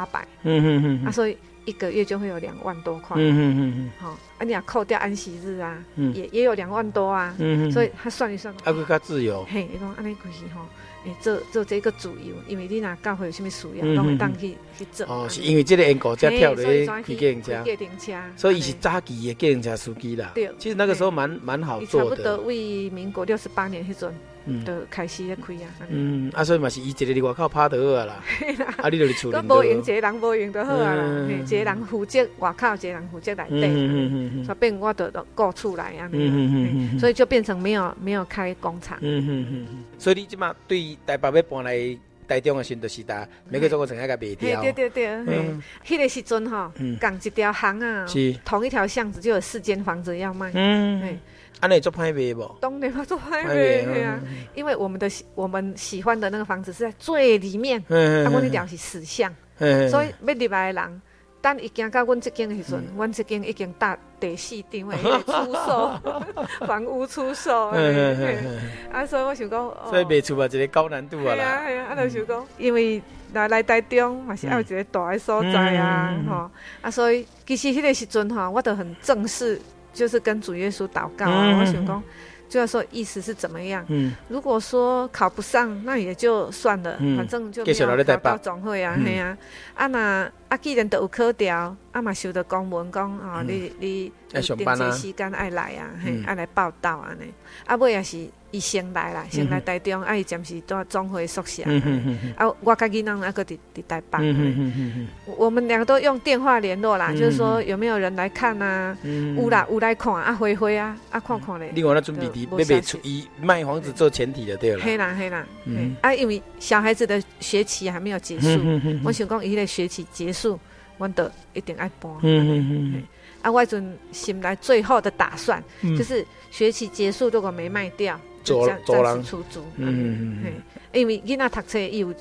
S3: 800，所以1个月就会有2万多块。你若扣掉安息日啊，也有2万多啊。所以他算一算，
S2: 还佫较自由。
S3: 伊讲安尼开始做这个自由，因为你若教会有什么需要，拢会当去做。
S2: 是因为这个缘故才跳落去开计程
S3: 车，
S2: 所以伊是早期的计程车司机啦。对，其实那个时候蛮好做的。
S3: 差不多为民国68年迄阵。就开始咧开啊，
S2: 所以嘛是伊一个伫外口拍就好啦，你就是厝里。
S3: 都无用一个人无用就好啊啦，一个人负责外口，一个人负责内底，所以变我就顾厝内啊，所以就变成没有开工厂。
S2: 所以你即马对台北要搬来台中的时阵，就是玫瑰中国城那个卖掉。
S3: 对，迄个时阵共一条巷啊，同一条巷子就有4间房子要卖。
S2: 安尼做歹卖无？
S3: 当然要做歹卖啊！因为我们喜欢的那个房子是在最里面，阮那条是死巷，所以要入来的人，等伊行到阮这间的时阵，阮这间已经搭第4张的出售，房屋出售。所以我想讲，
S2: 所以卖厝嘛一个高难度啊啦。
S3: 系啊，就想讲，因为来台中嘛是要有一个大的所在啊，所以其实迄个时阵我都很正式。就是跟主耶稣祷告我想讲，就要说意思是怎么样。如果说考不上，那也就算了，反正就没有考到总会啊，嘿啊。既然都有考调，嘛收到公文讲你定期时间爱来啊，爱来报到啊呢。尾也是伊先来啦，先来台中，伊暂时住总会宿舍。我甲囡仔搁伫台北。我们2个都用电话联络啦，就是说有没有人来看啊？有啦，有来看回啊，看看咧。
S2: 另外，准备要卖厝，以卖房子做前提的对了。
S3: 嘿啦，因为小孩子的学期还没有结束，我想讲伊的学期结束，我就一定爱搬。我阵心内最后的打算就是学期结束，如果没卖掉，就暂时出租。因为囡仔读册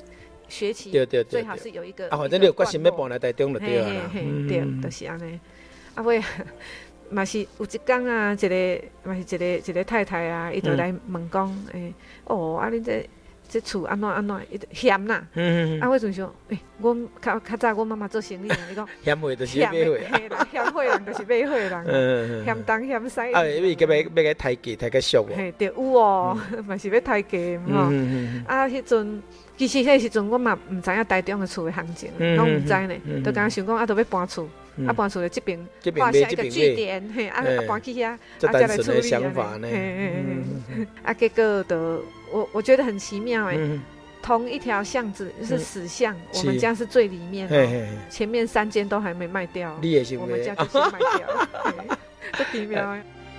S3: 学期最好是有一个。
S2: 反正你有决心要搬来台中就对了。
S3: 对，就是安尼。尾嘛是有一天啊，嘛是一个太太啊，伊就来问讲，啊你这厝安怎嫌啦？我阵想，阮较早阮妈妈做生意啊，伊讲
S2: 嫌货就是买货
S3: 啊，嫌货人就是买货人，嫌东嫌西。
S2: 伊个要个抬价抬个俗
S3: 哦。对，有哦，嘛是要抬价吼。迄阵其实迄时阵我嘛毋知影台中的厝的行情，拢毋知呢，就刚想讲都要搬厝。搬厝就这边画下一个据点，搬去遐，再来处理
S2: 想法呢。
S3: 结果就我觉得很奇妙同一条巷子是死巷，我们家是最里面，前面3间都还没卖掉，我们家就先卖掉，这奇妙。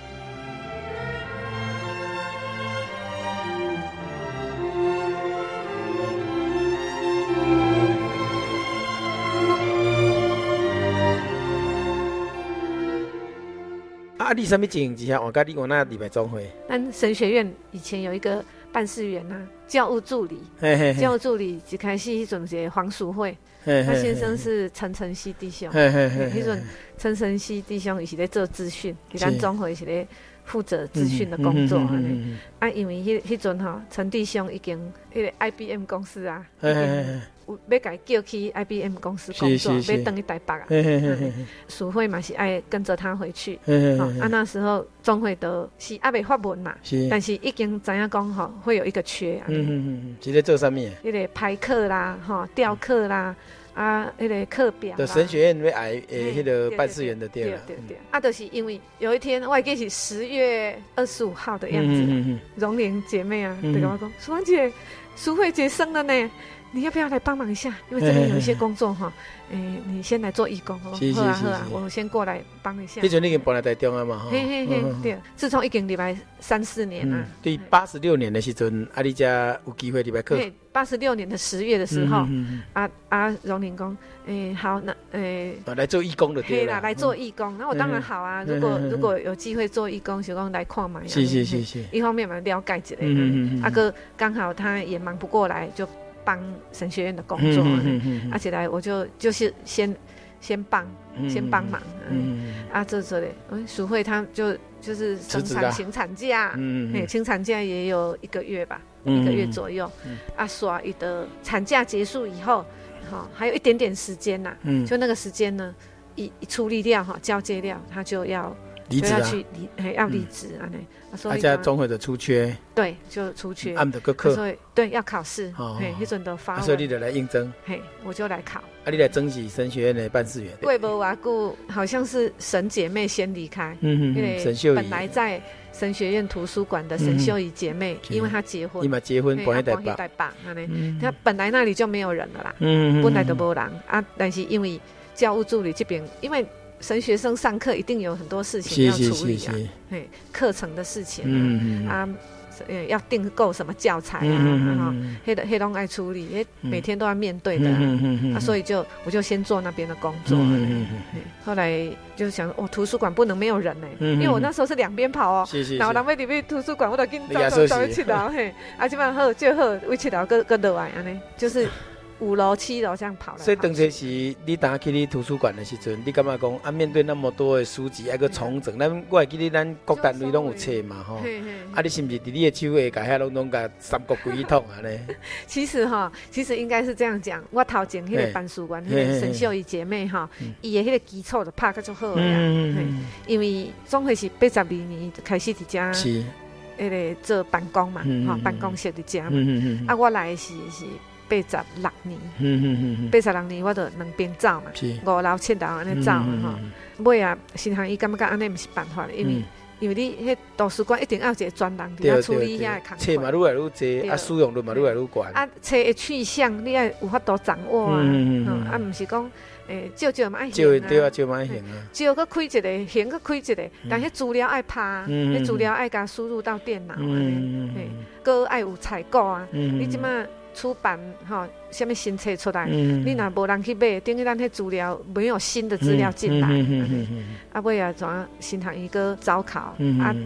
S2: 你什么情形之下，我甲你那礼拜总会？
S3: 咱神学院以前有一个办事员啊，教务助理。教务助理一开始迄阵是黄淑慧，他先生是陈晨曦弟兄。迄阵陈晨曦弟兄伊是咧做资讯，伫咱总会是咧负责资讯的工作因为迄阵陈弟兄已经迄个 IBM 公司啊，要甲伊叫去 IBM 公司工作，要回去台北啊。淑慧嘛是爱跟着他回去。那时候总会就是还没发文嘛，但是已经知影讲会有一个缺啊。
S2: 是咧做啥物？
S3: 迄个排课啦，调课啦。迄个课表啦，
S2: 神学院要挨迄个办事员的对了。
S3: 对，就是因为有一天，我记是10月25号的样子，荣玲姐妹啊，就跟我讲，淑芳姐，淑慧姐生了呢，你要不要来帮忙一下？因为这边有一些工作你先来做义工好啊，我先过来帮一下。
S2: 迄阵已经搬来台中啊嘛，
S3: 对，自从已经入来3-4年啦。
S2: 对，86年的时阵，你才有机会入来课。
S3: 86年的10月的时候，荣玲讲，好，那
S2: 来做义工的对啦，
S3: 来做义工，那我当然好啊。如果有机会做义工，就讲来看嘛。
S2: 是。
S3: 一方面嘛了解一下，哥刚好他也忙不过来，就帮神学院的工作，起来我就是先帮忙，这嘞，淑慧他就是生产请产假，请产假也有1个月吧，1个月左右，刷伊的产假结束以后，还有一点点时间呐，就那个时间呢，一处理掉交接掉，他就要离职要离职所以
S2: 总会的出缺，
S3: 对，就出缺，所以对要考试，迄阵都发，
S2: 所以你就来应征，
S3: 我就来考，
S2: 你来争取神学院的办事员。
S3: 过无偌久，好像是沈姐妹先离开，
S2: 因为本
S3: 来在神学院图书馆的沈秀仪姐妹，因为她结婚，
S2: 搬去台
S3: 北，她本来那里就没有人了啦，本来就没人但是因为教务助理这边，因为神学生上课一定有很多事情要处理课程的事情要订购什么教材黑拢爱处理，每天都要面对的所以我就先做那边的工作。后来就想图书馆不能没有人因为我那时候是两边跑然后人要入去图书馆，我就紧走去7楼这摆好最好为7楼搁落来就是5楼、7楼这样跑来。
S2: 所以当初是你打去你图书馆的时阵，你感觉讲面对那么多的书籍，还个重整，我会记得咱各单位拢有册嘛你是不是伫你的手下，甲遐拢甲三国归一统
S3: 其实应该是这样讲，我头前迄个办事员，迄个沈秀仪姐妹伊的迄个基础就拍得足好因为总会是82年开始伫遮是迄个做办公嘛办公室伫遮嘛我来是86年，86年我就2边走嘛，5楼7楼安尼走尾新行伊感觉安尼毋是办法因为你迄图书馆一定要有一个专人伫遐处理遐的工作，
S2: 册嘛愈来愈济使用率嘛愈来愈高
S3: 册的去向你要有法度掌握毋是讲照嘛爱
S2: 行对照嘛爱行
S3: 照搁开一个行搁开一个但迄资料爱拍迄资料爱甲输入到电脑搁爱有采购你即马出版什么新册出来你若无人去买，等于咱迄资料没有新的资料进来尾怎新行伊个招考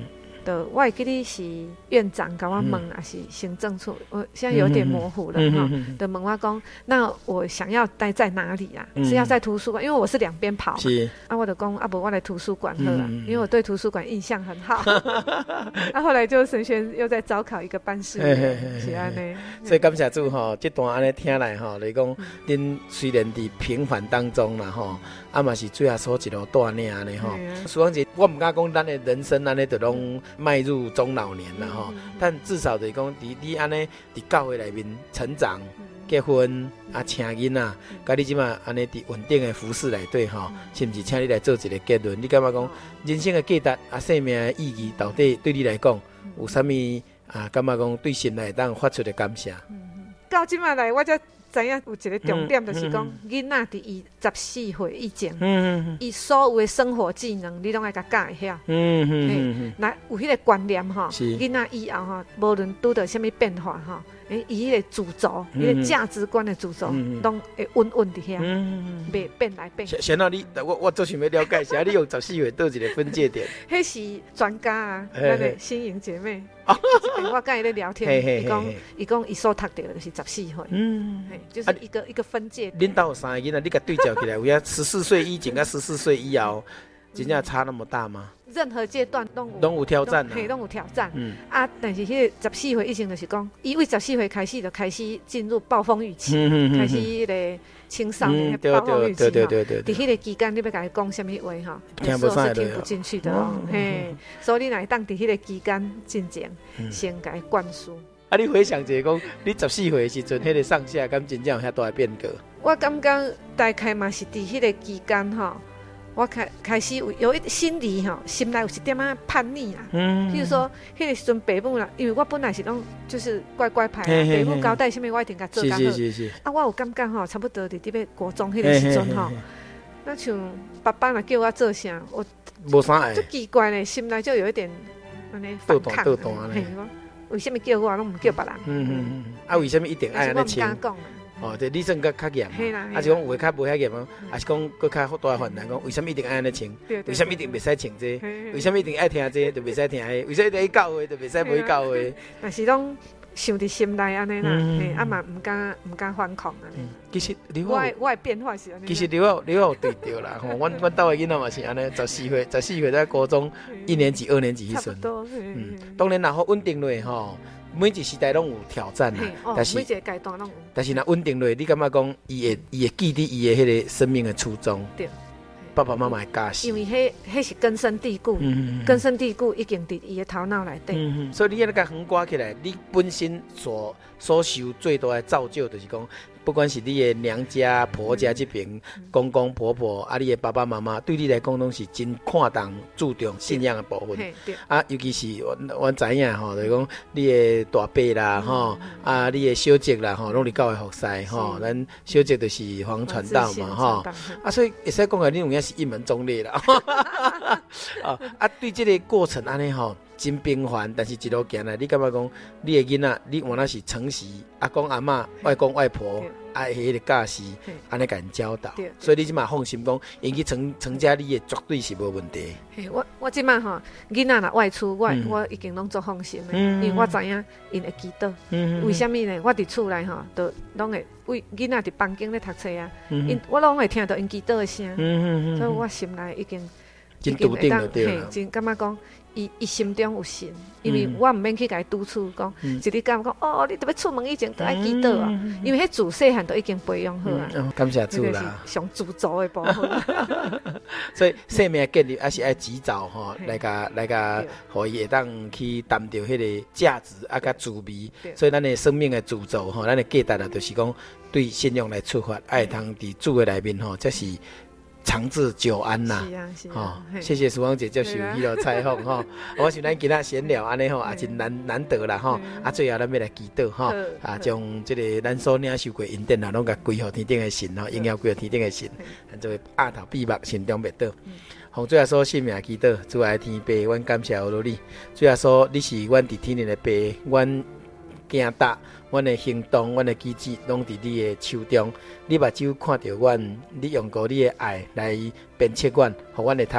S3: 我会记得是院长跟我问，还是行政处，我现在有点模糊了哈。的问我讲，那我想要待在哪里啊？是要在图书馆，因为我是两边跑嘛。是啊，我就讲啊，不，我来图书馆好啊，因为我对图书馆印象很好。啊，后来就神轩又在招考一个办事员，是安尼。
S2: 所以感谢主吼，这段安尼听来吼，你讲恁虽然伫平凡当中啦吼，啊嘛是最后所一路带领安尼吼。苏芳姐，我唔敢讲咱的人生安尼就拢迈入中老年啦吼，但至少就是讲你安尼伫教会内面成长、结婚啊、请囡仔，甲你即马安尼伫稳定的服饰内底吼，是毋是？请你来做一个结论，你感觉讲人生的价值啊、生命的意义，到底对你来讲有啥物啊？感觉讲对心内当发出的感谢？
S3: 到即马来，我才知影有一个重点，就是讲囡仔伫伊14岁以前，伊所有的生活技能，你拢爱甲教会晓。那有迄个观念吼，囡仔以后吼，无论拄到什么变化吼，伊迄个主轴，迄个价值观的主轴，拢会稳稳伫遐，袂变来变去。
S2: 先啊，我做想要了解一下，你用14岁倒一个分界点？
S3: 迄是专家啊，咱的新颖姐妹。我跟伊咧聊天，伊讲伊所读到的就是14岁，就是一个分界点。
S2: 恁兜有3个囡仔，你甲对照起来，有影14岁以前甲14岁以后，真正差那么大吗？
S3: 任何阶段
S2: 拢有挑战，
S3: 拢有挑战。但是迄个14岁以前就是讲，伊为14岁开始就开始进入暴风雨期，开始迄个青少年的暴风雨期。对。伫迄个期间，你要甲伊讲什么话吼，有时候是听不进去的哦。所以你若当伫迄个期间进前，先甲伊灌输。
S2: 啊，你回想一下，讲你14岁的时阵，迄个上下敢真正有遐大的变革？
S3: 我感觉大概嘛是伫迄个期间吼。我开始有一心理吼，心内有一点仔叛逆啦。譬如说，迄个时阵爸母啦，因为我本来是拢就是乖乖牌啦，爸母交代什么我一定甲做甲好。是。啊，我有感觉吼，差不多伫要国中迄个时阵吼，那像爸爸若叫我做啥，我
S2: 无啥爱，
S3: 就奇怪咧，心内就有一点安尼反抗。为什么叫我拢唔叫别人？
S2: 啊，为什么一定爱安尼穿？哦，对，你算较严，还是讲有诶较无遐严吗？还是讲佫较大反弹讲，为什么一定爱安尼穿？为什么一定袂使穿这？为什么一定爱听这？就袂使听迄？为什么一定去教会就袂使无去教会？
S3: 但是拢想伫心内安尼啦，啊嘛唔敢反抗安尼。
S2: 其实
S3: 我的变化是安尼。
S2: 其实你有对着啦，吼，阮兜诶囡仔嘛是安尼，14岁在高中1年级、2年级迄阵。当然然后稳定落吼。每一个时代拢有挑战啦，但是
S3: 每一个阶段拢有。
S2: 但是若稳定落，你感觉讲伊会记得伊的迄个生命的初衷？对，爸爸妈妈的教示。
S3: 因为迄是根深蒂固，根深蒂固已经伫伊的头脑内底。
S2: 所以你安尼甲横挂起来，你本身所受最多的造就，就是讲。不管是你的娘家、婆家这边，公公婆婆啊，你的爸爸妈妈，对你来讲拢是真看重、注重信仰的部分。啊，尤其是我知影吼，就是讲你的大伯啦，吼啊，你的小姐啦，吼，拢是教会服侍吼，咱小姐就是黄传道嘛，吼啊，所以会使讲起来，你有影是一门忠烈啦。啊，对这个过程安尼吼。真平凡，但是一路行来，你感觉讲你的囡仔，你原来是诚实，阿公阿嬷、外公外婆爱迄个教示，安尼甲因教导，所以你即马放心讲，因去成家立业绝对是无问题。
S3: 我即马吼，囡仔若外出，我已经拢做放心的，因为我知影因会祈祷。为什么呢？我伫厝内吼，都拢会为囡仔伫房间咧读册啊，我拢会听到因祈祷的声，所以我心内已经
S2: 真笃定就对了。
S3: 真感觉讲。伊心中有神，因为我毋免去甲伊督促讲，一日讲哦，你特别出门以前都爱祈祷啊，因为迄自细汉都已经培养好啊。
S2: 感谢主啦，
S3: 上自足的部分。
S2: 所以生命建立还是爱及早吼，来甲，互伊会当去担着迄个价值啊，甲滋味。所以咱的生命的自足吼，咱的价值啊，就是讲对信仰来出发，爱通伫主的内面吼，这是。长治久安呐，
S3: 是
S2: 谢谢苏芳姐接受迄个采访哈，我想咱今仔闲聊安尼吼，也真难得啦吼，啊最后咱要来祈祷哈，啊将这个咱所领受过恩典啊，拢甲归互天顶的神吼，应邀归互天顶的神，做额头闭目心中袂倒，奉最后所性命祈祷，主爱天父，阮感谢有你，最后所你是阮伫天灵的爸，阮行踏。阮的行动，阮的举止，拢伫你的手中。你目睭看到阮，你用过你的爱来鞭策阮，互阮会通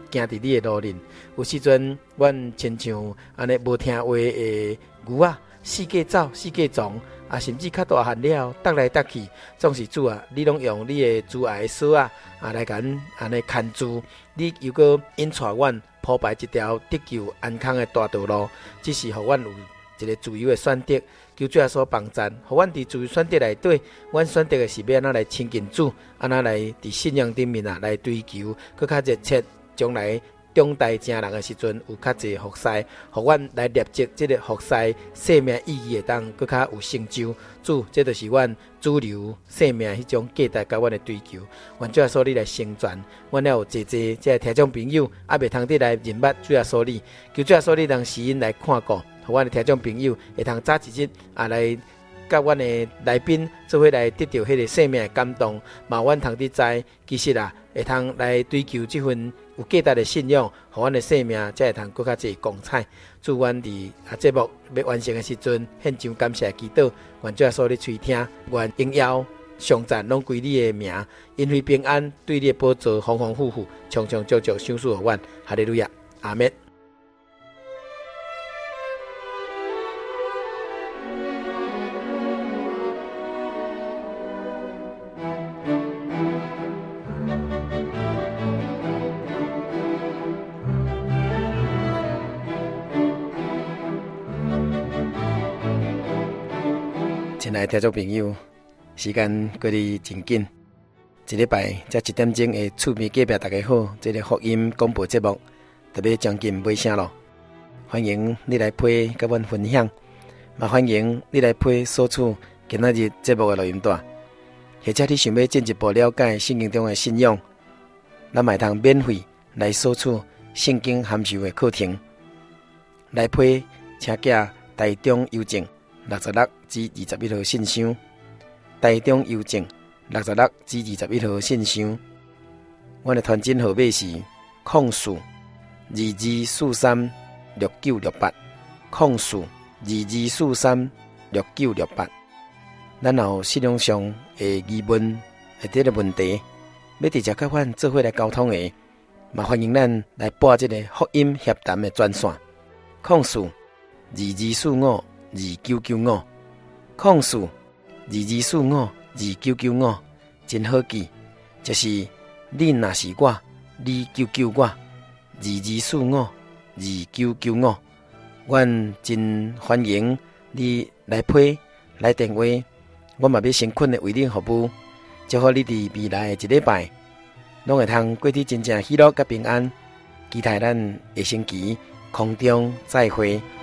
S2: 行伫你的路面。有时阵，阮亲像安尼无听话的牛仔，四界走，四界撞，啊，甚至较大汉了，踏来踏去，总是主啊，你拢用你的主爱的锁啊，来甲阮安尼看住，你又搁引带阮铺排一条得救安康的大道路，只是互阮有一个自由的选择。求主耶稣帮助，互阮伫自由选择内底，阮选择的是要安怎来亲近主，安怎来伫信仰顶面来追求，搁较热切，将来中代正人的时阵有较侪服侍，互阮来立即这个服侍生命意义的当搁较有成就。主，这就是阮主流生命迄种价值甲阮的追求。愿主耶稣你来成全，阮了有这个听众朋友还袂通得来认捌主耶稣你，求主耶稣你当时因来看顾。阮的听众朋友会通早一日来甲阮的来宾做伙来得到迄个生命的感动，嘛阮通得知，其实会通来追求这份有价值的信仰，互阮的生命才会通更较侪光彩。祝阮伫节目要完成的时阵，献上感谢祈祷，愿主耶稣你垂听，愿荣耀颂赞拢归你的名，因为平安对你的宝座丰丰富富，长长久久赏赐互阮。哈利路亚，阿们。亲爱的听众朋友，时间过得真紧，一礼拜才1点钟的厝边隔壁大家好，这个福音广播节目特别将近尾声咯。欢迎你来陪甲阮分享，嘛欢迎你来陪索取今仔日节目的录音带，或者你想要进一步了解圣经中的信仰，咱嘛通免费来索取圣经函授的课程，来陪请寄台中邮政66至21号信箱，台中邮政66至21号信箱。阮的传真号码是0422436968，0422436968。咱有信仰上的疑问或者个问题，要直接甲阮做伙来沟通的，嘛欢迎咱来拨这个福音协谈的专线，0422452995，0422452995，真好记，就是你若是我，你救救我，22452995，阮真欢迎你来批来电话，我嘛要诚恳的为你服务，祝福你伫未来的一礼拜，拢会通过得真正喜乐甲平安，期待咱下星期空中再会。